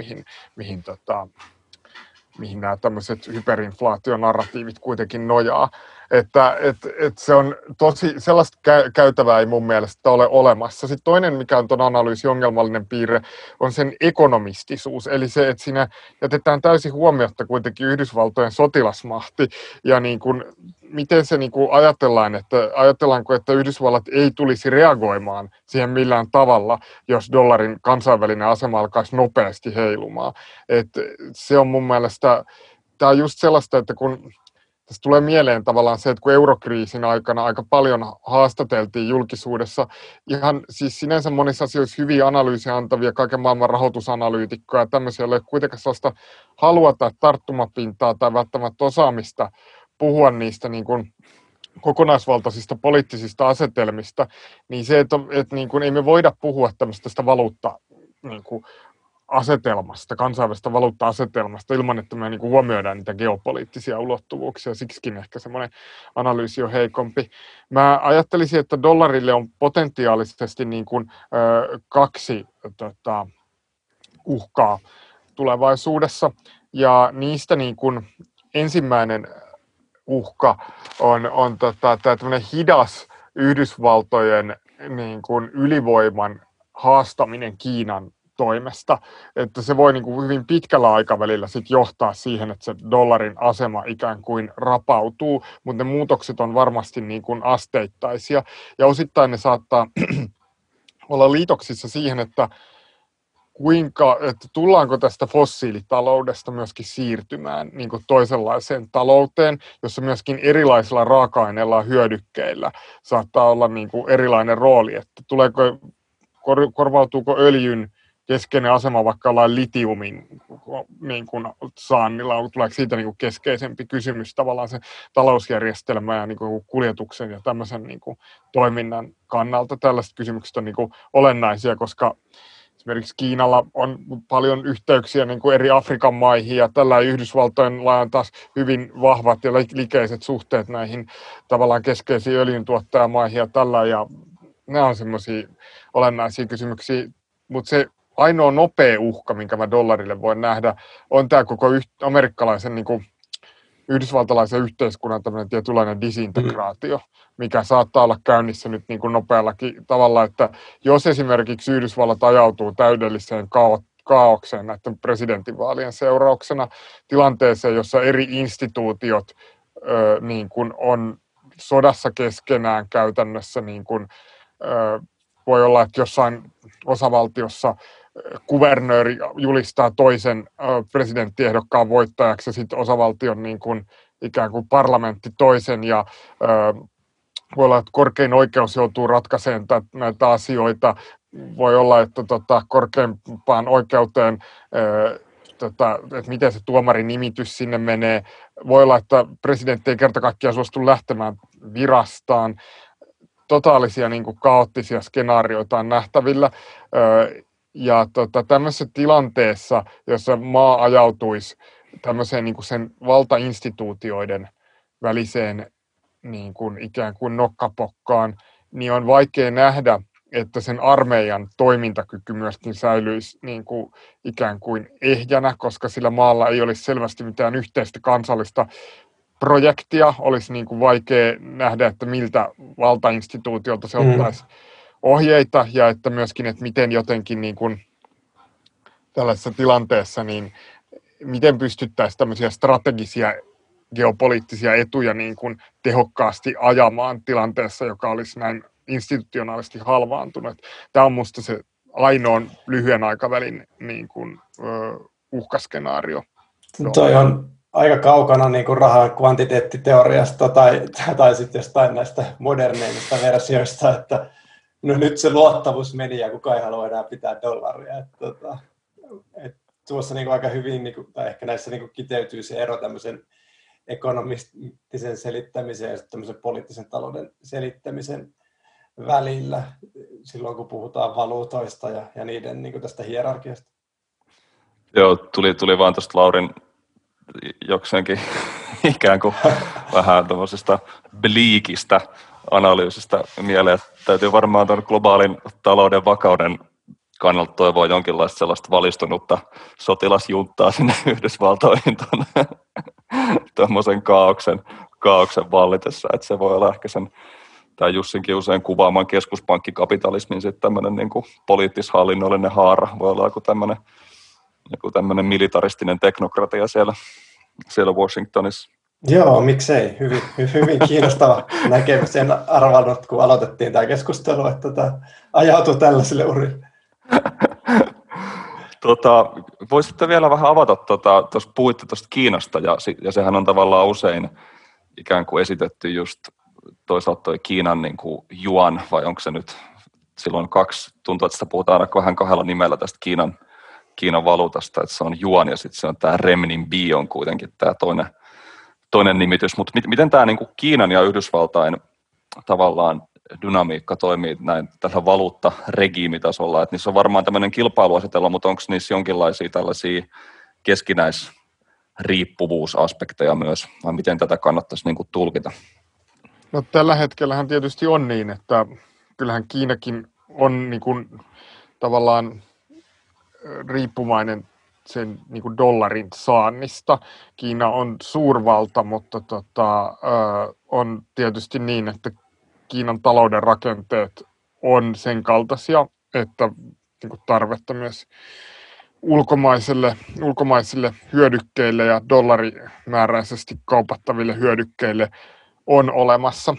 mihin nämä tämmöiset hyperinflaationarratiivit kuitenkin nojaa. Että se on tosi, sellaista käytävää ei mun mielestä ole olemassa. Sitten toinen, mikä on tuon analyysin ongelmallinen piirre, on sen ekonomistisuus. Eli se, että siinä jätetään täysin huomiotta kuitenkin Yhdysvaltojen sotilasmahti ja miten se ajatellaanko, että Yhdysvallat ei tulisi reagoimaan siihen millään tavalla, jos dollarin kansainvälinen asema alkaisi nopeasti heilumaan. Se on mun mielestä, tämä on just sellaista, että kun tässä tulee mieleen tavallaan se, että kun eurokriisin aikana aika paljon haastateltiin julkisuudessa ihan siis sinänsä monissa asioissa hyviä analyysiä antavia kaiken maailman rahoitusanalyytikkoja ja tämmöisiä, joilla ei kuitenkaan sellaista halua tai tarttumapintaa tai välttämättä osaamista puhua niistä kokonaisvaltaisista poliittisista asetelmista, niin se, että ei me voida puhua tämmöistä asetelmasta, kansainvälisestä valuutta-asetelmasta ilman, että me huomioidaan niitä geopoliittisia ulottuvuuksia. Siksikin ehkä semmoinen analyysi on heikompi. Mä ajattelisin, että dollarille on potentiaalisesti kaksi uhkaa tulevaisuudessa. Ja niistä ensimmäinen uhka on tämä tämmöinen hidas Yhdysvaltojen ylivoiman haastaminen Kiinan toimesta, että se voi hyvin pitkällä aikavälillä sit johtaa siihen, että se dollarin asema ikään kuin rapautuu, mutta ne muutokset on varmasti asteittaisia ja osittain ne saattaa olla liitoksissa siihen, että tullaanko tästä fossiilitaloudesta myöskin siirtymään toisenlaiseen talouteen, jossa myöskin erilaisilla raaka-aineilla ja hyödykkeillä saattaa olla erilainen rooli, että korvautuuko öljyn keskeinen asema vaikka jollain litiumin saannilla, tuleeko siitä keskeisempi kysymys tavallaan se talousjärjestelmä ja kuljetuksen ja tämmöisen toiminnan kannalta. Tällaiset kysymykset on olennaisia, koska esimerkiksi Kiinalla on paljon yhteyksiä eri Afrikan maihin ja tällä Yhdysvaltoilla on taas hyvin vahvat ja likeiset suhteet näihin tavallaan keskeisiin öljyntuottajamaihin ja tällä, ja nämä on semmoisia olennaisia kysymyksiä, mutta se ainoa nopea uhka, minkä mä dollarille voin nähdä, on tämä koko amerikkalaisen yhdysvaltalaisen yhteiskunnan tämmöinen tietynlainen disintegraatio, mikä saattaa olla käynnissä nyt nopeallakin tavalla, että jos esimerkiksi Yhdysvallat ajautuu täydelliseen kaaokseen näiden presidentinvaalien seurauksena tilanteeseen, jossa eri instituutiot on sodassa keskenään käytännössä, voi olla, että jossain osavaltiossa kuvernööri julistaa toisen presidenttiehdokkaan voittajaksi ja sitten osavaltion ikään kuin parlamentti toisen ja voi olla, että korkein oikeus joutuu ratkaisemaan näitä asioita. Voi olla, että korkeimpaan oikeuteen, että miten se tuomarin nimitys sinne menee. Voi olla, että presidentti ei kerta kaikkiaan suostu lähtemään virastaan. Totaalisia kaoottisia skenaarioita on nähtävillä. Ja tämmöisessä tilanteessa, jossa maa ajautuisi tämmöiseen sen valtainstituutioiden väliseen ikään kuin nokkapokkaan, niin on vaikea nähdä, että sen armeijan toimintakyky myöskin säilyisi ikään kuin ehjänä, koska sillä maalla ei olisi selvästi mitään yhteistä kansallista projektia, olisi vaikea nähdä, että miltä valtainstituutiolta se ottaisi ohjeita ja että myöskin, että miten jotenkin tällaisessa tilanteessa, miten pystyttäisiin tämmöisiä strategisia geopoliittisia etuja tehokkaasti ajamaan tilanteessa, joka olisi näin institutionaalisesti halvaantunut. Tämä on minusta se ainoa lyhyen aikavälin uhkaskenaario. Toi on aika kaukana niin kuin rahan kvantiteettiteoriasta tai sitten jostain näistä moderneimmista versioista, että no nyt se luottamus meni ja kukaan ei halua enää pitää dollaria. Et tuossa niin kuin aika hyvin, niin kuin, tai ehkä näissä niin kuin kiteytyy se ero tämmöisen ekonomistisen selittämisen ja tämmöisen poliittisen talouden selittämisen välillä silloin, kun puhutaan valuutoista ja niiden niin kuin tästä hierarkiasta. Joo, tuli vaan tuosta Laurin jokseenkin ikään kuin vähän tuollaisesta bliikistä analyysistä mieleen. Täytyy varmaan tuon globaalin talouden vakauden kannalta toivoa jonkinlaista sellaista valistunutta sotilasjunttaa sinne Yhdysvaltoihin tuommoisen kaaoksen vallitessa, että se voi olla ehkä sen tai Jussinkin usein kuvaaman keskuspankkikapitalismin sitten tämmöinen niin kuin poliittis-hallinnollinen haara, voi olla joku tämmöinen militaristinen teknokratia siellä Washingtonissa. Joo, miksei. Hyvin kiinnostava näkemys. En arvannut, kun aloitettiin tämä keskustelu, että ajautui tällaiselle urille. Voisitte vielä vähän avata, tuossa puhuitte tuosta Kiinasta, ja sehän on tavallaan usein ikään kuin esitetty just toisaalta toi Kiinan niin kuin yuan, vai onko se nyt silloin tuntuu, että sitä puhutaan aina vähän kahdella nimellä tästä Kiinan valuutasta, että se on yuan ja sitten se on tämä renminbi on kuitenkin tämä toinen nimitys, mutta miten tämä niin kuin Kiinan ja Yhdysvaltain tavallaan dynamiikka toimii näin tällä valuuttaregiimitasolla, että niissä on varmaan tämmöinen kilpailuasetelma, mutta onko niissä jonkinlaisia tällaisia keskinäisriippuvuusaspekteja myös, vai miten tätä kannattaisi niin kuin tulkita? No tällä hetkellähän tietysti on niin, että kyllähän Kiinakin on niin kuin tavallaan riippuvainen sen niin kuin dollarin saannista. Kiina on suurvalta, mutta on tietysti niin, että Kiinan talouden rakenteet on sen kaltaisia, että niin kuin tarvetta myös ulkomaisille hyödykkeille ja dollarimääräisesti kaupattaville hyödykkeille on olemassa.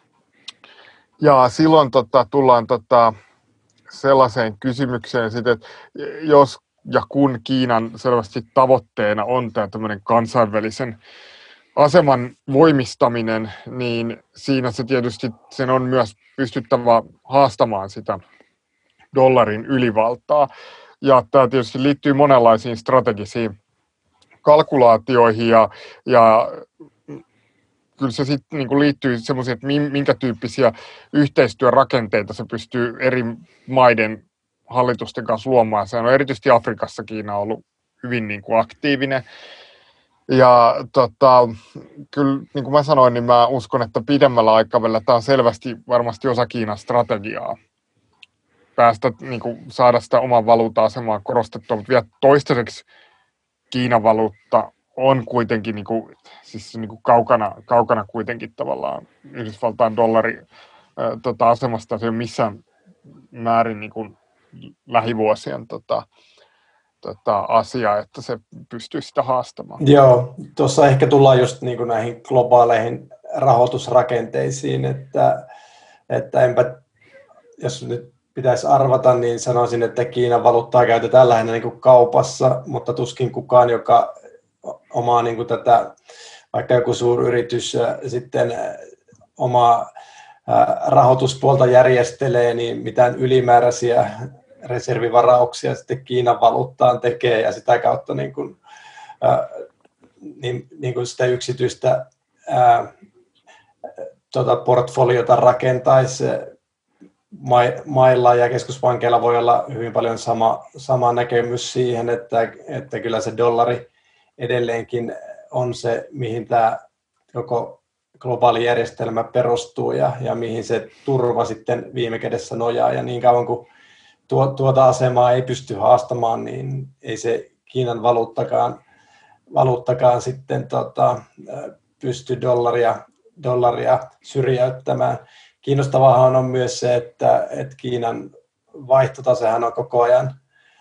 Ja silloin tullaan sellaiseen kysymykseen, sitten, että jos ja kun Kiinan selvästi tavoitteena on tämä tämmöinen kansainvälisen aseman voimistaminen, niin siinä se tietysti sen on myös pystyttävä haastamaan sitä dollarin ylivaltaa. Ja tämä tietysti liittyy monenlaisiin strategisiin kalkulaatioihin ja kyllä se sitten niin liittyy semmoisiin, että minkä tyyppisiä yhteistyörakenteita se pystyy eri maiden hallitusten kanssa luomaan. Se on erityisesti Afrikassa Kiina ollut hyvin niin kuin aktiivinen. Ja kyllä niin kuin mä sanoin, niin mä uskon, että pidemmällä aikavälillä tämä on selvästi varmasti osa Kiinan strategiaa. Päästä niin kuin saada sitä oman valuutta-asemaa korostettua, mutta vielä toistaiseksi Kiinan valuutta on kuitenkin siis kaukana kuitenkin tavallaan Yhdysvaltain dollari asemasta. Se ei ole missään määrin niin kuin lähivuosien asia, että se pystyy sitä haastamaan. Joo, tuossa ehkä tullaan just niin kuin näihin globaaleihin rahoitusrakenteisiin, että enpä, jos nyt pitäisi arvata, niin sanoisin, että Kiinan valuuttaa käytetään lähinnä niin kuin kaupassa, mutta tuskin kukaan, joka omaa niin kuin tätä, vaikka joku suuryritys sitten omaa rahoituspuolta järjestelee, niin mitään ylimääräisiä reservivarauksia sitten Kiinan valuuttaan tekee ja sitä kautta niin kuin sitä yksityistä portfoliota rakentaisi. Mailla ja keskuspankeilla voi olla hyvin paljon sama näkemys siihen, että kyllä se dollari edelleenkin on se, mihin tämä koko globaali järjestelmä perustuu ja mihin se turva sitten viime kädessä nojaa. Ja niin kauan kuin tuota asemaa ei pysty haastamaan, niin ei se Kiinan valuuttakaan sitten pysty dollaria syrjäyttämään. Kiinnostavaahan on myös se, että Kiinan vaihtotasehan on koko ajan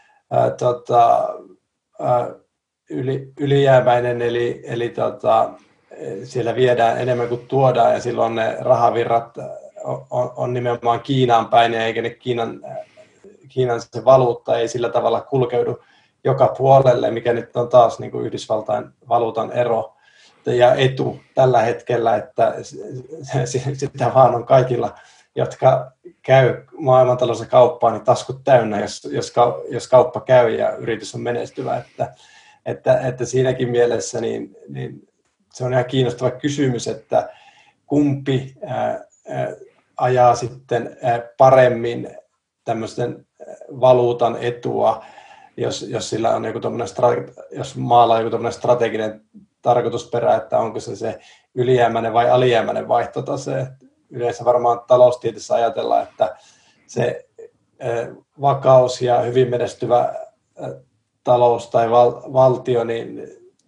ylijäämäinen, eli siellä viedään enemmän kuin tuodaan, ja silloin ne rahavirrat on nimenomaan Kiinaan päin, eikä ne Kiinan se valuutta ei sillä tavalla kulkeudu joka puolelle, mikä nyt on taas niin kuin Yhdysvaltain valuutan ero ja etu tällä hetkellä, että sitä vaan on kaikilla, jotka käy maailmantaloudessa kauppaa, niin taskut täynnä, jos kauppa käy ja yritys on menestyvä. Että siinäkin mielessä niin se on ihan kiinnostava kysymys, että kumpi ajaa sitten paremmin tämmöisten valuutan etua, jos sillä on jos maalla on joku strateginen tarkoitusperä, että onko se ylijäämäinen vai alijäämäinen vaihtotase. Yleensä varmaan taloustieteessä ajatellaan, että se vakaus ja hyvin menestyvä talous tai valtio niin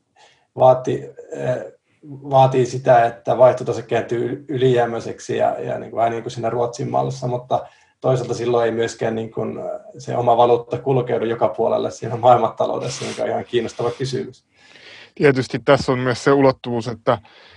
vaatii sitä, että vaihtotase kääntyy ylijäämäiseksi ja vähän niin kuin siinä Ruotsin mallissa, mutta toisaalta silloin ei myöskään niin kuin se oma valuutta kulkeudu joka puolelle siinä maailmantaloudessa, mikä on ihan kiinnostava kysymys. Tietysti tässä on myös se ulottuvuus, että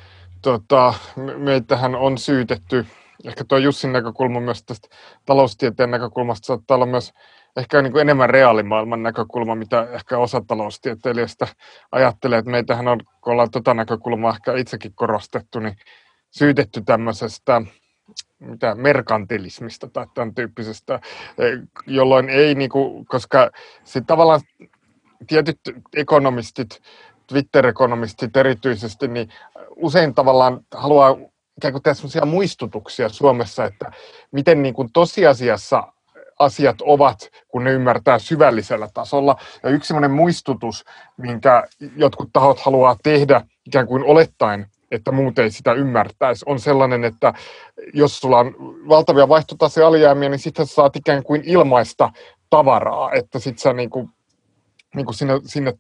meitähän on syytetty, ehkä tuo Jussin näkökulma myös tästä taloustieteen näkökulmasta saattaa olla myös ehkä niin kuin enemmän reaalimaailman näkökulma, mitä ehkä osa taloustieteilijöistä ajattelee, että meitähän on, kun ollaan näkökulmaa ehkä itsekin korostettu, niin syytetty tämmöisestä merkantilismista tai tämän tyyppisestä, jolloin ei, koska sitten tavallaan tietyt ekonomistit, Twitter-ekonomistit erityisesti, niin usein tavallaan haluaa ikään kuin tehdä sellaisia muistutuksia Suomessa, että miten niin kuin tosiasiassa asiat ovat, kun ne ymmärtää syvällisellä tasolla. Ja yksi sellainen muistutus, minkä jotkut tahot haluaa tehdä ikään kuin olettaen, että muut ei sitä ymmärtäisi, on sellainen, että jos sulla on valtavia vaihtotasealijäämiä, niin sitten sä saat ikään kuin ilmaista tavaraa, että sitten sä niin kuin sinne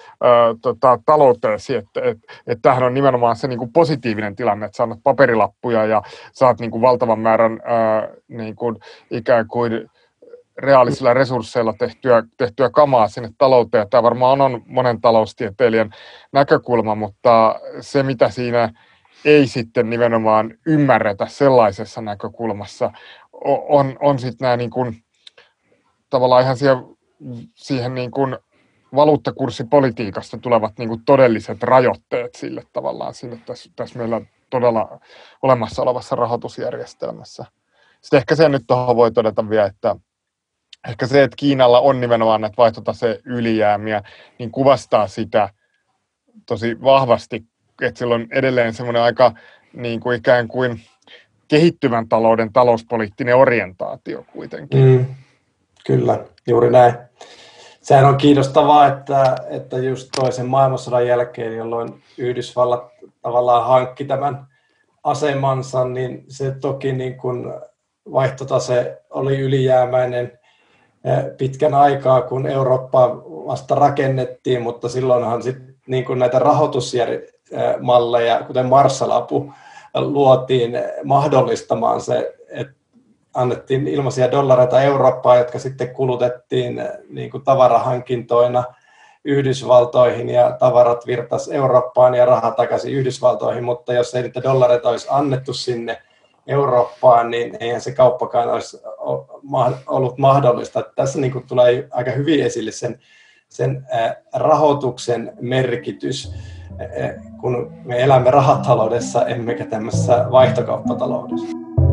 talouteesi, että tämähän on nimenomaan se niin kuin positiivinen tilanne, että saat paperilappuja ja saat niin kuin valtavan määrän niin kuin ikään kuin reaalisilla resursseilla tehtyä kamaa sinne talouteen. Tämä varmaan on monen taloustieteilijän näkökulma, mutta se mitä siinä ei sitten nimenomaan ymmärretä sellaisessa näkökulmassa on sitten nämä niin kuin, tavallaan ihan siihen niin kuin valuuttakurssipolitiikasta tulevat niin kuin todelliset rajoitteet sille tavallaan sille tässä meillä todella olemassa olevassa rahoitusjärjestelmässä. Sitten ehkä se nyt tuohon voi todeta vielä, että ehkä se, että Kiinalla on nimenomaan näitä vaihtotase-ylijäämiä, niin kuvastaa sitä tosi vahvasti, että sillä on edelleen semmoinen aika niin kuin ikään kuin kehittyvän talouden talouspoliittinen orientaatio kuitenkin. Kyllä, juuri näin. Sehän on kiinnostavaa, että just toisen maailmansodan jälkeen, jolloin Yhdysvallat tavallaan hankki tämän asemansa, niin se toki niin kuin vaihtotase oli ylijäämäinen pitkän aikaa, kun Eurooppaa vasta rakennettiin, mutta silloinhan sitten niin kuin näitä rahoitusmalleja, kuten Marshall-apu, luotiin mahdollistamaan se, että annettiin ilmaisia dollareita Eurooppaan, jotka sitten kulutettiin niin kuin tavarahankintoina Yhdysvaltoihin ja tavarat virtas Eurooppaan ja raha takaisin Yhdysvaltoihin, mutta jos ei niitä dollareita olisi annettu sinne Eurooppaan, niin eihän se kauppakaan olisi ollut mahdollista. Että tässä niin kuin tulee aika hyvin esille sen rahoituksen merkitys, kun me elämme rahataloudessa emmekä tämmöisessä vaihtokauppataloudessa.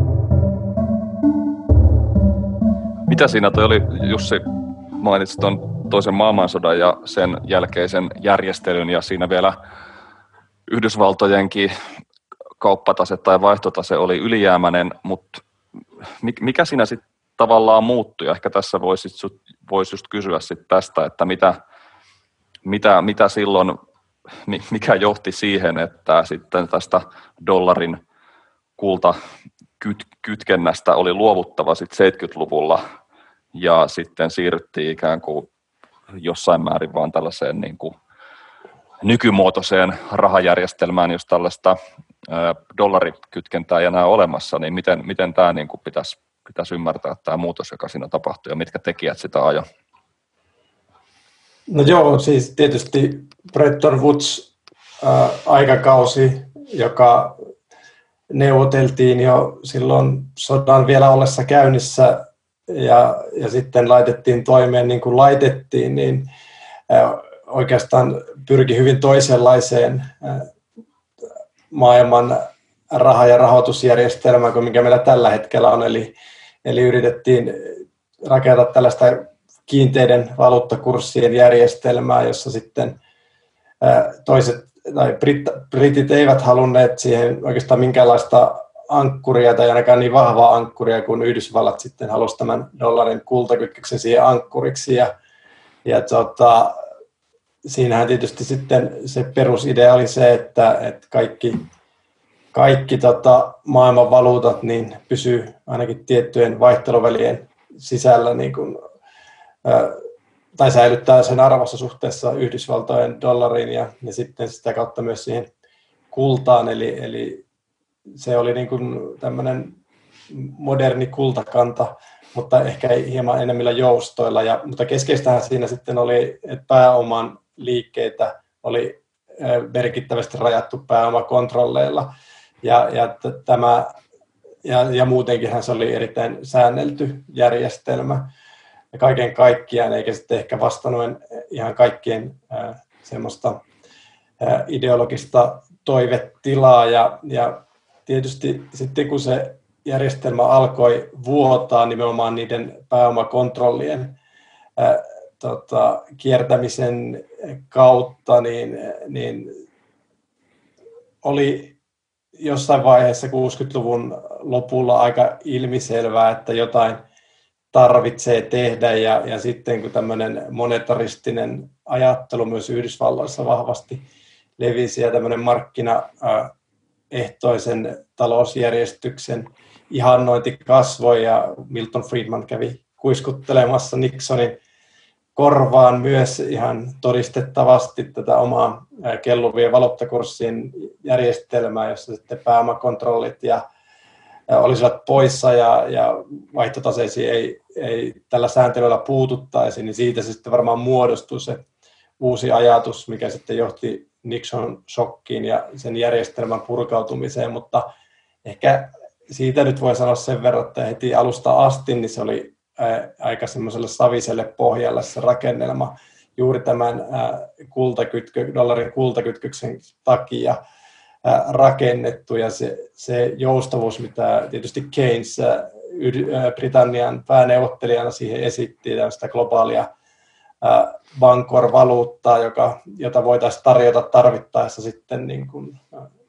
Mitä siinä toi oli, Jussi, mainitsit tuon toisen maailmansodan ja sen jälkeisen järjestelyn ja siinä vielä Yhdysvaltojenkin kauppatase tai vaihtotase oli ylijäämäinen, mutta mikä siinä sitten tavallaan muuttui? Ja ehkä tässä voisi just kysyä sit tästä, että mitä silloin, mikä johti siihen, että sitten tästä dollarin kultakytkennästä oli luovuttava sitten 70-luvulla ja sitten siirryttiin ikään kuin jossain määrin vaan tällaiseen niin kuin nykymuotoiseen rahajärjestelmään, jos tällaista dollarikytkentää ei enää olemassa, niin miten tämä niin kuin pitäisi ymmärtää tämä muutos, joka siinä tapahtui ja mitkä tekijät sitä ajoi? No joo, siis tietysti Bretton Woods-aikakausi, joka neuvoteltiin jo silloin sodan vielä ollessa käynnissä ja sitten laitettiin toimeen niin kuin laitettiin, niin oikeastaan pyrki hyvin toisenlaiseen maailman raha- ja rahoitusjärjestelmään kuin mikä meillä tällä hetkellä on. Eli yritettiin rakentaa tällaista kiinteiden valuuttakurssien järjestelmää, jossa sitten britit eivät halunneet siihen oikeastaan minkäänlaista ankkuria tai ainakaan niin vahvaa ankkuria, kun Yhdysvallat sitten halusi tämän dollarin kultakytköksen siihen ankkuriksi. Siinähän tietysti sitten se perusidea oli se, että kaikki maailman valuutat niin pysyy ainakin tiettyjen vaihteluvälien sisällä niin kuin, tai säilyttää sen arvossa suhteessa Yhdysvaltojen dollariin ja sitten sitä kautta myös siihen kultaan. Eli se oli niin kuin tämmöinen moderni kultakanta, mutta ehkä hieman enemmillä joustoilla. Mutta keskeistähän siinä sitten oli, että pääoman liikkeitä oli merkittävästi rajattu pääomakontrolleilla. Ja muutenkinhan se oli erittäin säännelty järjestelmä ja kaiken kaikkiaan, eikä sitten ehkä vastannut ihan kaikkien semmoista ideologista toivetilaa. Ja tietysti sitten kun se järjestelmä alkoi vuotaa nimenomaan niiden pääomakontrollien kiertämisen kautta, niin oli jossain vaiheessa 60-luvun lopulla aika ilmiselvää, että jotain tarvitsee tehdä ja sitten kun tämmöinen monetaristinen ajattelu myös Yhdysvalloissa vahvasti levisi ja tämmöinen markkinaehtoisen talousjärjestyksen ihannointi kasvoi ja Milton Friedman kävi kuiskuttelemassa Nixonin korvaan myös ihan todistettavasti tätä omaa kelluvien valuuttakurssien järjestelmää, jossa sitten pääomakontrollit olisivat poissa ja vaihtotaseisiin ei tällä sääntelyllä puututtaisi, niin siitä se sitten varmaan muodostui se uusi ajatus, mikä sitten johti Nixon-shokkiin ja sen järjestelmän purkautumiseen, mutta ehkä siitä nyt voi sanoa sen verran, että heti alusta asti niin se oli aika semmoiselle saviselle pohjalle se rakennelma juuri tämän dollarin kultakytköksen takia rakennettu ja se joustavuus, mitä tietysti Keynes Britannian pääneuvottelijana siihen esitti, tällaista globaalia Bancor-valuuttaa, jota voitaisiin tarjota tarvittaessa sitten niin kuin,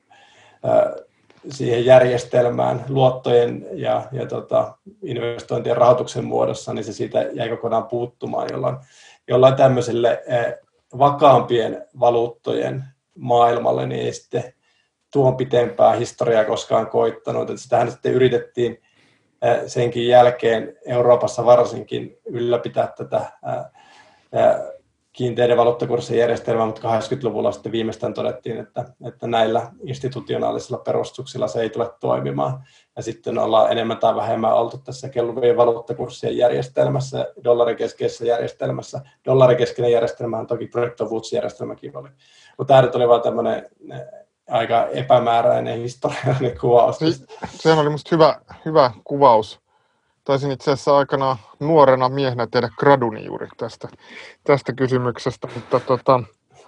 siihen järjestelmään luottojen ja investointien rahoituksen muodossa, niin se siitä jäi kokonaan puuttumaan, jolloin tämmöiselle vakaampien valuuttojen maailmalle niin ei sitten tuon pitempää historiaa koskaan koittanut. Että sitähän sitten yritettiin senkin jälkeen Euroopassa varsinkin ylläpitää tätä kiinteiden valuuttakurssien järjestelmää, mutta 80-luvulla sitten viimeistään todettiin, että näillä institutionaalisilla perustuksilla se ei tule toimimaan. Ja sitten ollaan enemmän tai vähemmän oltu tässä kelluvien valuuttakurssien järjestelmässä, dollarikeskeisessä järjestelmässä. Dollarikeskeinen järjestelmähän toki Bretton Woods-järjestelmäkin oli. Mutta tämä nyt oli vaan tämmöinen aika epämääräinen historiallinen kuvaus. Sehän oli musta hyvä kuvaus. Taisin itse asiassa aikanaan nuorena miehenä tehdä graduni juuri tästä kysymyksestä, mutta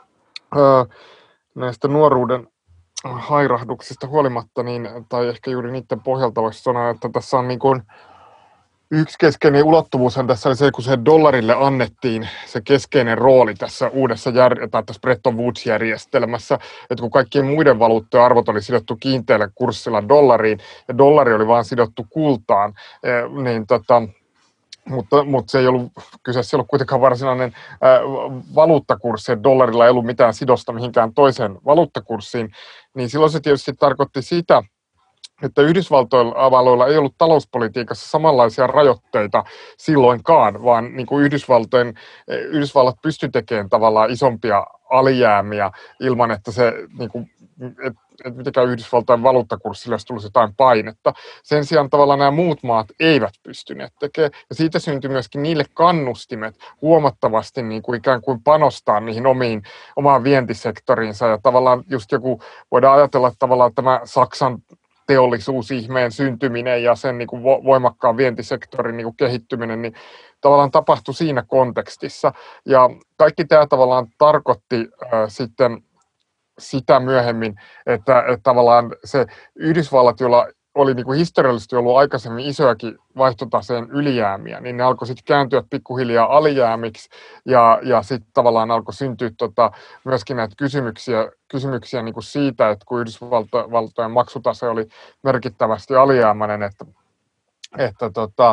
näistä nuoruuden hairahduksista huolimatta, niin, tai ehkä juuri niiden pohjalta voisi sanoa, että tässä on niin kuin yksi keskeinen ulottuvuushan tässä oli se, kun se dollarille annettiin se keskeinen rooli tässä uudessa tässä Bretton Woods-järjestelmässä, että kun kaikkien muiden valuuttojen arvot oli sidottu kiinteällä kurssilla dollariin ja dollari oli vaan sidottu kultaan, niin mutta se ei ollut kyseessä, ei ollut kuitenkaan varsinainen valuuttakurssi, että dollarilla ei ollut mitään sidosta mihinkään toiseen valuuttakurssiin, niin silloin se tietysti tarkoitti sitä, että Yhdysvalloilla ei ollut talouspolitiikassa samanlaisia rajoitteita silloinkaan, vaan niin kuin Yhdysvallat pystyi tekemään tavallaan isompia alijäämiä ilman, että se niin kuin, että mitenkään Yhdysvaltain valuuttakurssille olisi tullut jotain painetta. Sen sijaan tavallaan nämä muut maat eivät pystyneet tekemään, ja siitä syntyi myöskin niille kannustimet huomattavasti niin kuin ikään kuin panostaa niihin omaan vientisektoriinsa, ja tavallaan just joku, voidaan ajatella, että tavallaan tämä Saksan teollisuusihmeen syntyminen ja sen niin kuin voimakkaan vientisektorin niin kuin kehittyminen, niin tavallaan tapahtui siinä kontekstissa. Ja kaikki tämä tavallaan tarkoitti sitten sitä myöhemmin, että tavallaan se Yhdysvallat, jolla oli niin kuin historiallisesti ollut aikaisemmin isojakin vaihtotaseen ylijäämiä, niin ne alkoi sitten kääntyä pikkuhiljaa alijäämiksi ja sitten tavallaan alkoi syntyä myöskin näitä kysymyksiä niin kuin siitä, että kun Yhdysvaltojen maksutase oli merkittävästi alijäämäinen, että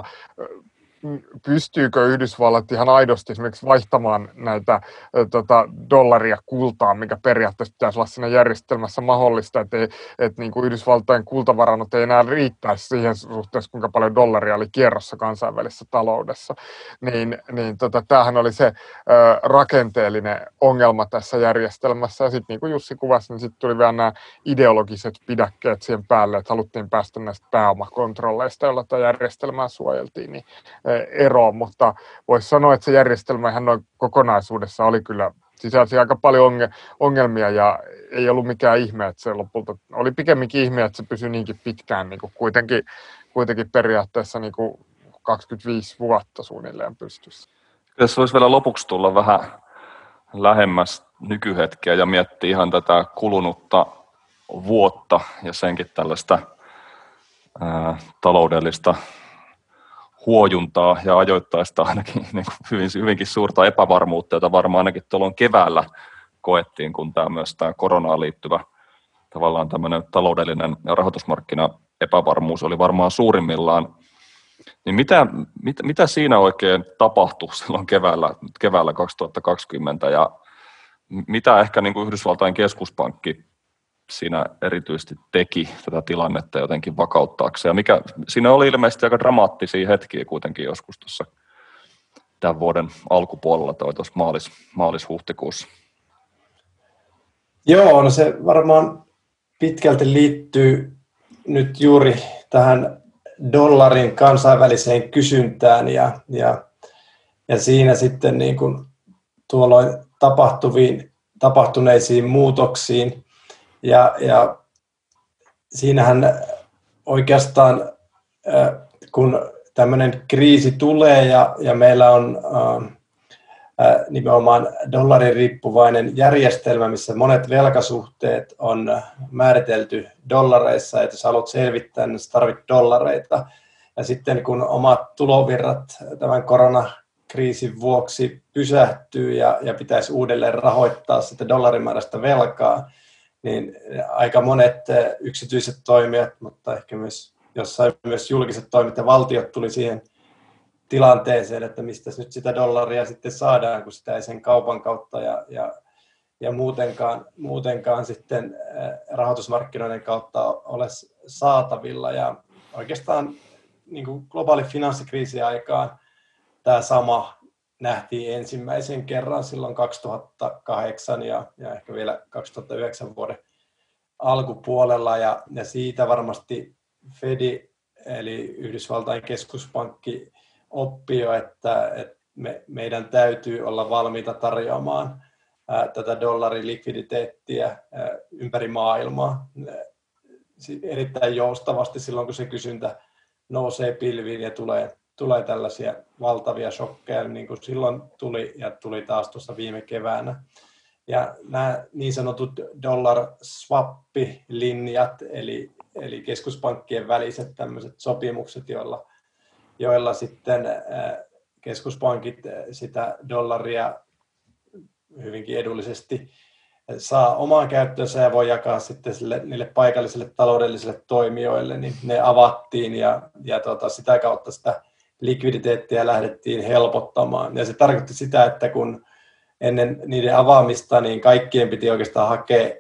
pystyykö Yhdysvallat ihan aidosti esimerkiksi vaihtamaan näitä dollaria kultaan, mikä periaatteessa pitäisi olla siinä järjestelmässä mahdollista, että niin kuin Yhdysvaltojen kultavarannot ei enää riittäisi siihen suhteessa, kuinka paljon dollaria oli kierrossa kansainvälisessä taloudessa. Tämähän oli se rakenteellinen ongelma tässä järjestelmässä. Ja sitten niin kuin Jussi kuvasi, niin sitten tuli vielä nämä ideologiset pidäkkeet siihen päälle, että haluttiin päästä näistä pääomakontrolleista, joilla tätä järjestelmää suojeltiin, niin eroon, mutta voisi sanoa, että se järjestelmä ihan noin kokonaisuudessa oli kyllä sisälsi aika paljon ongelmia ja ei ollut mikään ihme, että se lopulta oli pikemminkin ihme, että se pysyi niinkin pitkään niin kuin kuitenkin periaatteessa niin kuin 25 vuotta suunnilleen pystyssä. Jos voisi vielä lopuksi tulla vähän lähemmäs nykyhetkeä ja miettiä ihan tätä kulunutta vuotta ja senkin tällaista taloudellista huojuntaa ja ajoittaista ainakin niin hyvinkin suurta epävarmuutta, jota varmaan ainakin tuolloin keväällä koettiin, kun myös tämä koronaan liittyvä tavallaan tämmöinen taloudellinen ja rahoitusmarkkina epävarmuus oli varmaan suurimmillaan. Niin mitä siinä oikein tapahtui silloin keväällä 2020 ja mitä ehkä niin kuin Yhdysvaltain keskuspankki siinä erityisesti teki tätä tilannetta jotenkin vakauttaakseen. Ja siinä oli ilmeisesti aika dramaattisia hetkiä kuitenkin joskus tuossa tämän vuoden alkupuolella tai tuossa maalis-huhtikuussa. Joo, no se varmaan pitkälti liittyy nyt juuri tähän dollarin kansainväliseen kysyntään ja siinä sitten niin kuin tuolloin tapahtuneisiin muutoksiin. Ja siinähän oikeastaan, kun tämmöinen kriisi tulee ja meillä on nimenomaan dollarin riippuvainen järjestelmä, missä monet velkasuhteet on määritelty dollareissa, että jos haluat selvittää, niin tarvitset dollareita. Ja sitten kun omat tulovirrat tämän koronakriisin vuoksi pysähtyy ja pitäisi uudelleen rahoittaa sitä dollarimääräistä velkaa, niin aika monet yksityiset toimijat, mutta ehkä myös jossain myös julkiset toimijat ja valtiot tuli siihen tilanteeseen, että mistä nyt sitä dollaria sitten saadaan, kun sitä ei sen kaupan kautta ja muutenkaan sitten rahoitusmarkkinoiden kautta ole saatavilla. Ja oikeastaan niin kuin globaali finanssikriisin aikaan tämä sama nähtiin ensimmäisen kerran silloin 2008 ja ehkä vielä 2009 vuoden alkupuolella ja siitä varmasti Fed eli Yhdysvaltain keskuspankki oppi jo, että meidän täytyy olla valmiita tarjoamaan tätä dollarin likviditeettiä ympäri maailmaa erittäin joustavasti silloin, kun se kysyntä nousee pilviin ja tulee tällaisia valtavia shokkeja, niin kuin silloin tuli ja tuli taas tuossa viime keväänä. Ja nämä niin sanotut dollar swap-linjat, eli keskuspankkien väliset tämmöiset sopimukset, joilla sitten keskuspankit sitä dollaria hyvinkin edullisesti saa omaan käyttöönsä ja voi jakaa sitten niille paikallisille taloudellisille toimijoille, niin ne avattiin ja sitä kautta sitä likviditeettiä lähdettiin helpottamaan. Ja se tarkoitti sitä, että kun ennen niiden avaamista, niin kaikkien piti oikeastaan hakea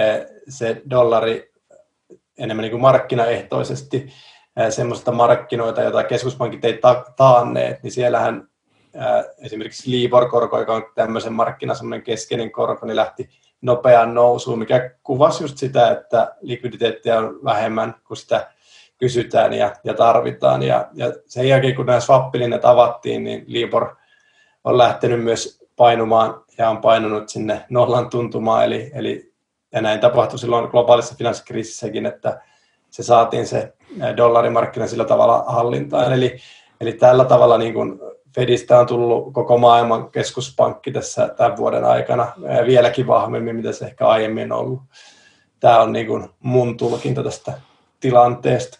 se dollari enemmän niin kuin markkinaehtoisesti semmoista markkinoita, joita keskuspankit ei taanneet, niin siellähän esimerkiksi Libor-korko, joka on tämmöisen markkinan semmoinen keskeinen korko, niin lähti nopeaan nousuun, mikä kuvasi just sitä, että likviditeettiä on vähemmän kuin sitä kysytään ja tarvitaan. Ja sen jälkeen, kun nämä swap-linjat avattiin, niin Libor on lähtenyt myös painumaan ja on painunut sinne nollan tuntumaan. Ja näin tapahtui silloin globaalissa finanssikriisissäkin, että se saatiin se dollarimarkkina sillä tavalla hallintaan. Eli tällä tavalla niin kuin Fedistä on tullut koko maailman keskuspankki tässä tämän vuoden aikana vieläkin vahvemmin, mitä se ehkä aiemmin on ollut. Tämä on niin kuin mun tulkinta tästä tilanteesta.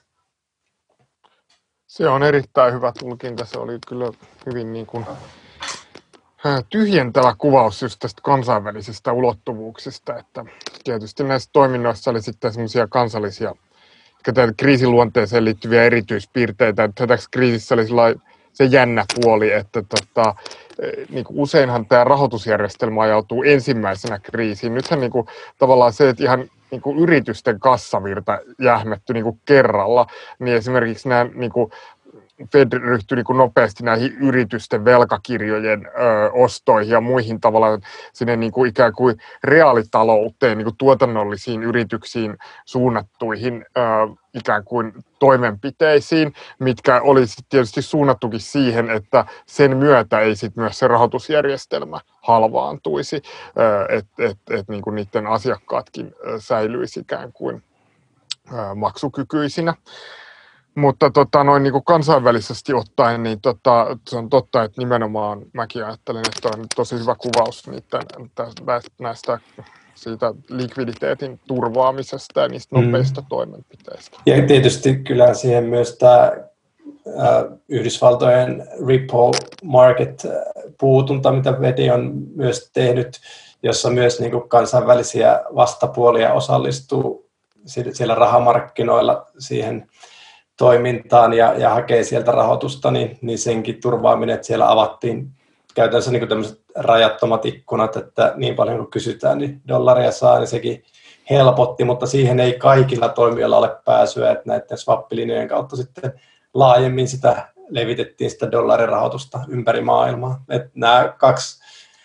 Se on erittäin hyvä tulkinta. Se oli kyllä hyvin niin kuin tyhjentävä kuvaus just tästä kansainvälisistä ulottuvuuksista. Että tietysti näissä toiminnoissa oli sitten semmoisia kansallisia kriisin luonteeseen liittyviä erityispiirteitä. Että tässä kriisissä oli se jännä puoli, että niin kuin useinhan tämä rahoitusjärjestelmä ajautuu ensimmäisenä kriisiin. Nythän niin kuin, tavallaan se, että ihan niin kuin yritysten kassavirta jähmetty niin kuin kerralla, niin esimerkiksi nämä niin kuin Fed ryhtyi niin kuin nopeasti näihin yritysten velkakirjojen ostoihin ja muihin tavallaan sinne niin kuin ikään kuin reaalitalouteen, niin kuin tuotannollisiin yrityksiin suunnattuihin ikään kuin toimenpiteisiin, mitkä olisi tietysti suunnattukin siihen, että sen myötä ei sit myös se rahoitusjärjestelmä halvaantuisi, että niin kuin niiden asiakkaatkin säilyisi ikään kuin maksukykyisinä. Mutta niin kuin kansainvälisesti ottaen, niin se on totta, että nimenomaan mäkin ajattelen, että on tosi hyvä kuvaus näistä siitä likviditeetin turvaamisesta ja niistä nopeista toimenpiteistä. Ja tietysti kyllä siihen myös tämä Yhdysvaltojen Ripple Market puutunta, mitä Fed on myös tehnyt, jossa myös niin kuin kansainvälisiä vastapuolia osallistuu siellä rahamarkkinoilla siihen toimintaan ja hakee sieltä rahoitusta, niin senkin turvaaminen, että siellä avattiin käytännössä niin tämmöiset rajattomat ikkunat, että niin paljon kuin kysytään, niin dollaria saa, niin sekin helpotti, mutta siihen ei kaikilla toimijoilla ole pääsyä, että näiden swap-linjojen kautta sitten laajemmin sitä levitettiin sitä dollarirahoitusta ympäri maailmaa. Että nämä kaksi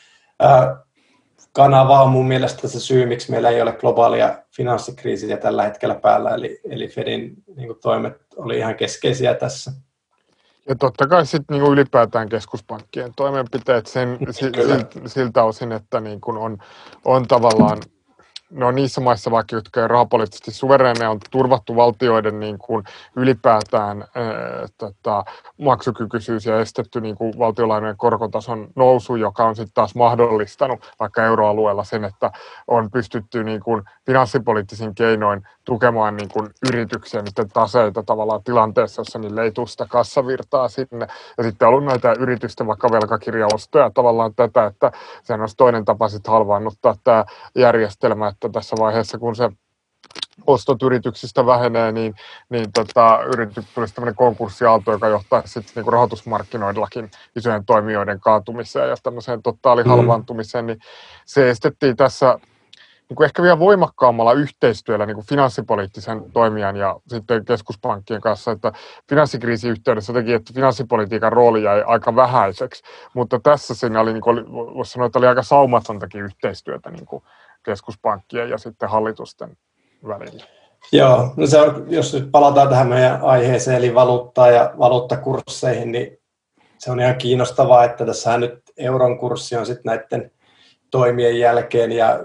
kanavaa on mun mielestä se syy, miksi meillä ei ole globaalia finanssikriisiä tällä hetkellä päällä, eli Fedin niin kuin toimet oli ihan keskeisiä tässä. Ja totta kai sitten niin ylipäätään keskuspankkien toimenpiteet siltä osin, että niin kuin on tavallaan niissä maissa vaikka, jotka on rahapoliittisesti suvereeneja, on turvattu valtioiden niin kuin ylipäätään maksukykyisyys ja estetty niin kuin valtiolainojen korkotason nousu, joka on sitten taas mahdollistanut vaikka euroalueella sen, että on pystytty niin kuin finanssipoliittisin keinoin tukemaan niin kuin yrityksiä, niiden taseita tavallaan tilanteessa, jossa niille ei tule sitä kassavirtaa sinne. Ja sitten on ollut näitä yritysten vaikka velkakirjaostoja tavallaan tätä, että sehän olisi toinen tapa sitten halvaannuttaa tämä järjestelmä, että tässä vaiheessa, kun se ostot yrityksistä vähenee, niin tulisi tämmöinen konkurssiaalto, joka johtaisi sitten niinku rahoitusmarkkinoillakin isojen toimijoiden kaatumiseen ja tämmöiseen totaalihalvaantumiseen, niin se estettiin tässä niin kuin ehkä vielä voimakkaammalla yhteistyöllä niin kuin finanssipoliittisen toimijan ja sitten keskuspankkien kanssa, että finanssikriisin yhteydessä teki, että finanssipolitiikan rooli jäi aika vähäiseksi, mutta tässä siinä oli, niin kuin, voisi sanoa, että oli aika saumatontakin yhteistyötä niin kuin keskuspankkien ja sitten hallitusten välillä. Joo, no se on, jos nyt palataan tähän meidän aiheeseen, eli valuuttaan ja valuuttakursseihin, niin se on ihan kiinnostavaa, että tässähän nyt euron kurssi on sitten näiden toimien jälkeen ja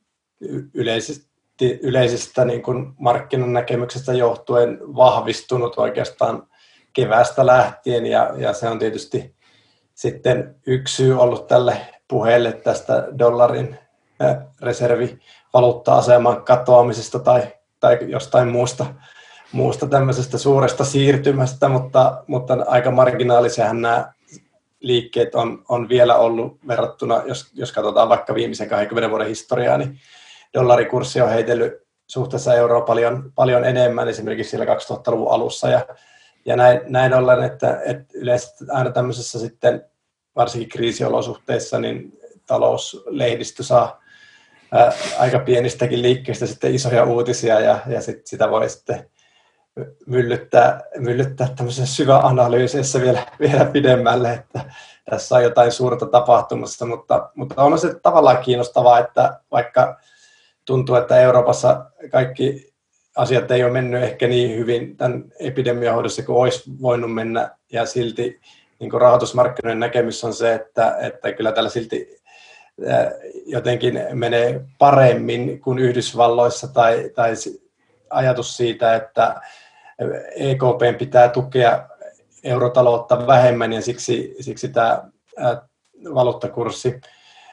yleisestä niin kuin markkinan näkemyksestä johtuen vahvistunut oikeastaan keväästä lähtien, ja se on tietysti sitten yksi syy ollut tälle puheelle tästä dollarin reservivaluutta-aseman katoamisesta tai jostain muusta tämmöisestä suuresta siirtymästä, mutta aika marginaalisiahan nämä liikkeet on vielä ollut verrattuna, jos katsotaan vaikka viimeisen 20 vuoden historiaa, niin dollarikurssi on heitellyt suhteessa euroon paljon enemmän esimerkiksi siellä 2000-luvun alussa ja näin ollen, että yleensä aina tämmöisessä sitten varsinkin kriisiolosuhteissa niin talouslehdistö saa aika pienistäkin liikkeistä sitten isoja uutisia ja sitä voi sitten myllyttää tämmöisessä syväanalyyseissä vielä pidemmälle, että tässä on jotain suurta tapahtumassa, mutta on se tavallaan kiinnostavaa, että vaikka tuntuu, että Euroopassa kaikki asiat ei ole mennyt ehkä niin hyvin tämän epidemian hoidossa kuin olisi voinut mennä, ja silti niin kuin rahoitusmarkkinoiden näkemys on se, että kyllä tällä silti jotenkin menee paremmin kuin Yhdysvalloissa tai ajatus siitä, että EKPn pitää tukea eurotaloutta vähemmän ja siksi tämä valuuttakurssi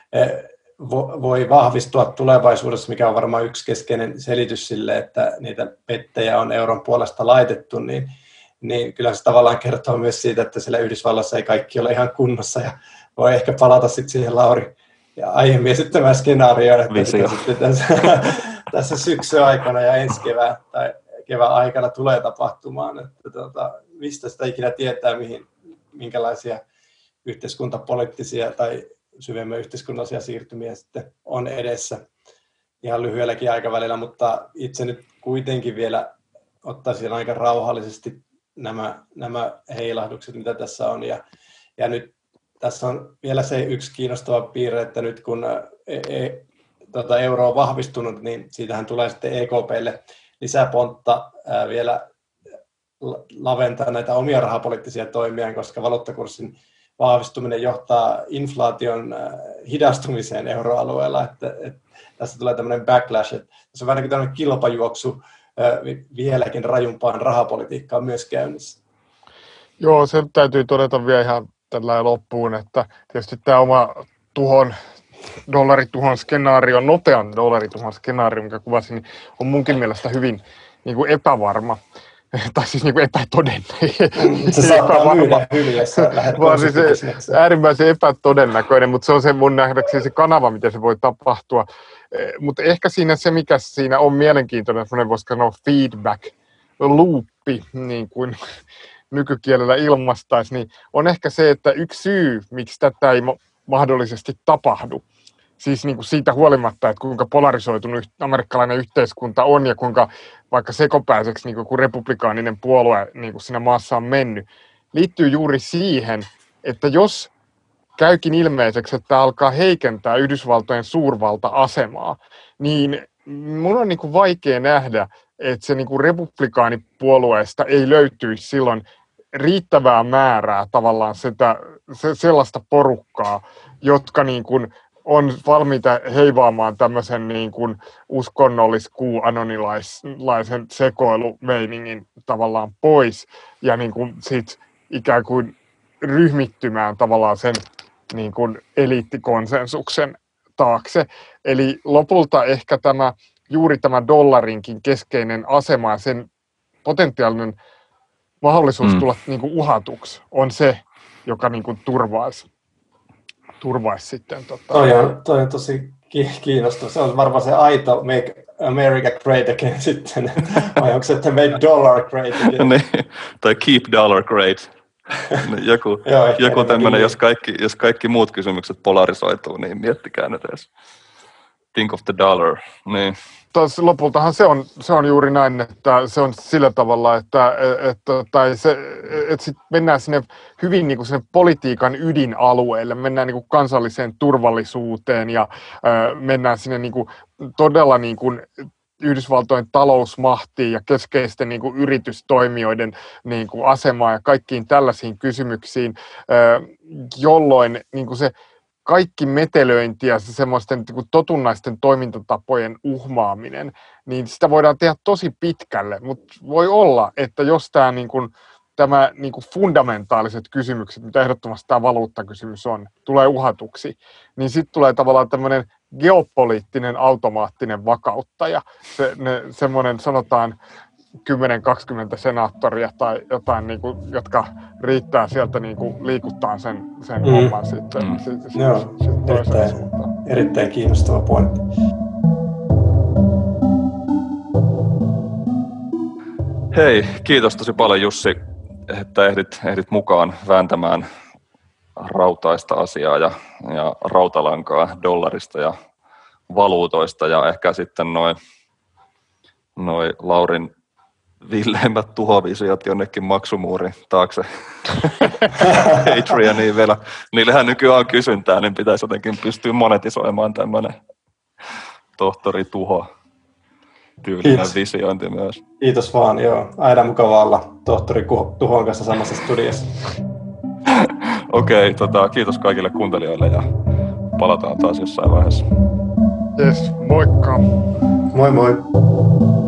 voi vahvistua tulevaisuudessa, mikä on varmaan yksi keskeinen selitys sille, että niitä pettejä on euron puolesta laitettu, niin kyllä se tavallaan kertoo myös siitä, että siellä Yhdysvallassa ei kaikki ole ihan kunnossa ja voi ehkä palata sitten siihen Lauri ja aiemmin esittämään skenaarioon, että sitten tässä syksyn aikana ja ensi kevään aikana tulee tapahtumaan, että mistä sitä ikinä tietää, minkälaisia yhteiskuntapoliittisia tai syvemmän yhteiskunnallisia siirtymiä sitten on edessä ihan lyhyelläkin aikavälillä, mutta itse nyt kuitenkin vielä ottaisin aika rauhallisesti nämä heilahdukset, mitä tässä on. Ja nyt tässä on vielä se yksi kiinnostava piirre, että nyt kun euro on vahvistunut, niin siitähän tulee sitten EKPlle lisäpontta vielä laventaa näitä omia rahapoliittisia toimia, koska valuuttakurssin vahvistuminen johtaa inflaation hidastumiseen euroalueella, että tässä tulee tämmöinen backlash, että tässä on vähän niin kuin tämmöinen kilpajuoksu vieläkin rajumpaan rahapolitiikkaan myös käynnissä. Joo, se täytyy todeta vielä ihan tällä loppuun, että tietysti tämä oma dollarituhon skenaario, nopean dollarituhon skenaario, mikä kuvasin, niin on munkin mielestä hyvin niin kuin epävarma. Tai siis niin kuin epätodennäköinen. Se saattaa myydä hyvin, jos sä lähdet vaan siis äärimmäisen epätodennäköinen, mutta se on se mun nähdäkseni se kanava, miten se voi tapahtua. Mutta ehkä se, mikä siinä on mielenkiintoinen, semmoinen voisi sanoa feedback loopi, niin kuin nykykielellä ilmaistaisi, niin on ehkä se, että yksi syy, miksi tätä ei mahdollisesti tapahdu, siis niin kuin siitä huolimatta, että kuinka polarisoitunut amerikkalainen yhteiskunta on ja kuinka vaikka sekopäiseksi niin kuin republikaaninen puolue niin kuin siinä maassa on mennyt, liittyy juuri siihen, että jos käykin ilmeiseksi, että alkaa heikentää Yhdysvaltojen suurvalta-asemaa, niin mun on niin kuin vaikea nähdä, että se niin kuin republikaanipuolueesta ei löytyisi silloin riittävää määrää tavallaan sellaista porukkaa, jotka niin kuin on valmiita heivaamaan tämmöisen niin kuin uskonnollis-QAnonilaisen sekoilumeiningin tavallaan pois ja niin kuin sit ikään kuin ryhmittymään tavallaan sen niin kuin eliittikonsensuksen taakse. Eli lopulta ehkä juuri tämä dollarinkin keskeinen asema ja sen potentiaalinen mahdollisuus tulla niin kuin uhatuksi on se, joka niin kuin turvaisi sitten. Toi on tosi kiinnostava. Se on varmaan se aito Make America Great Again sitten, vai onko se, että Make Dollar Great Again? Niin, tai Keep Dollar Great. Joku tämmöinen, jos kaikki muut kysymykset polarisoituu, niin miettikää nyt edes. Think of the dollar. Niin. Lopultahan se on juuri näin, että se on sillä tavalla, että sit mennään sinne hyvin niin kuin sinne politiikan ydinalueelle, mennään niin kuin kansalliseen turvallisuuteen ja mennään sinne niin kuin todella niin kuin Yhdysvaltojen talousmahtiin ja keskeisten niin kuin yritystoimijoiden niin kuin asemaan ja kaikkiin tällaisiin kysymyksiin, jolloin niin kuin se kaikki metelöinti ja se semmoisten niin kuin totunnaisten toimintatapojen uhmaaminen, niin sitä voidaan tehdä tosi pitkälle, mutta voi olla, että jos tämä niin kuin fundamentaaliset kysymykset, mitä ehdottomasti tämä valuuttakysymys on, tulee uhatuksi, niin sitten tulee tavallaan tämmöinen geopoliittinen automaattinen vakauttaja, semmoinen sanotaan 10-20 senaattoria tai jotain, niin kuin, jotka riittää sieltä niin kuin, liikuttaa sen homman sitten. Joo, erittäin kiinnostava pointti. Hei, kiitos tosi paljon Jussi, että ehdit mukaan vääntämään rautaista asiaa ja rautalankaa dollarista ja valuutoista ja ehkä sitten noi Laurin villeimmät tuhovisiot jonnekin maksumuurin taakse Patreoniin vielä. Niillähän nykyään on kysyntää, niin pitäisi jotenkin pystyä monetisoimaan tämmöinen tohtori Tuho tyylinen visiointi myös. Kiitos vaan, joo. Aina mukava olla tohtori Tuhon kanssa samassa studiossa. Okei, kiitos kaikille kuuntelijoille ja palataan taas jossain vaiheessa. Yes, moikka! Moi moi!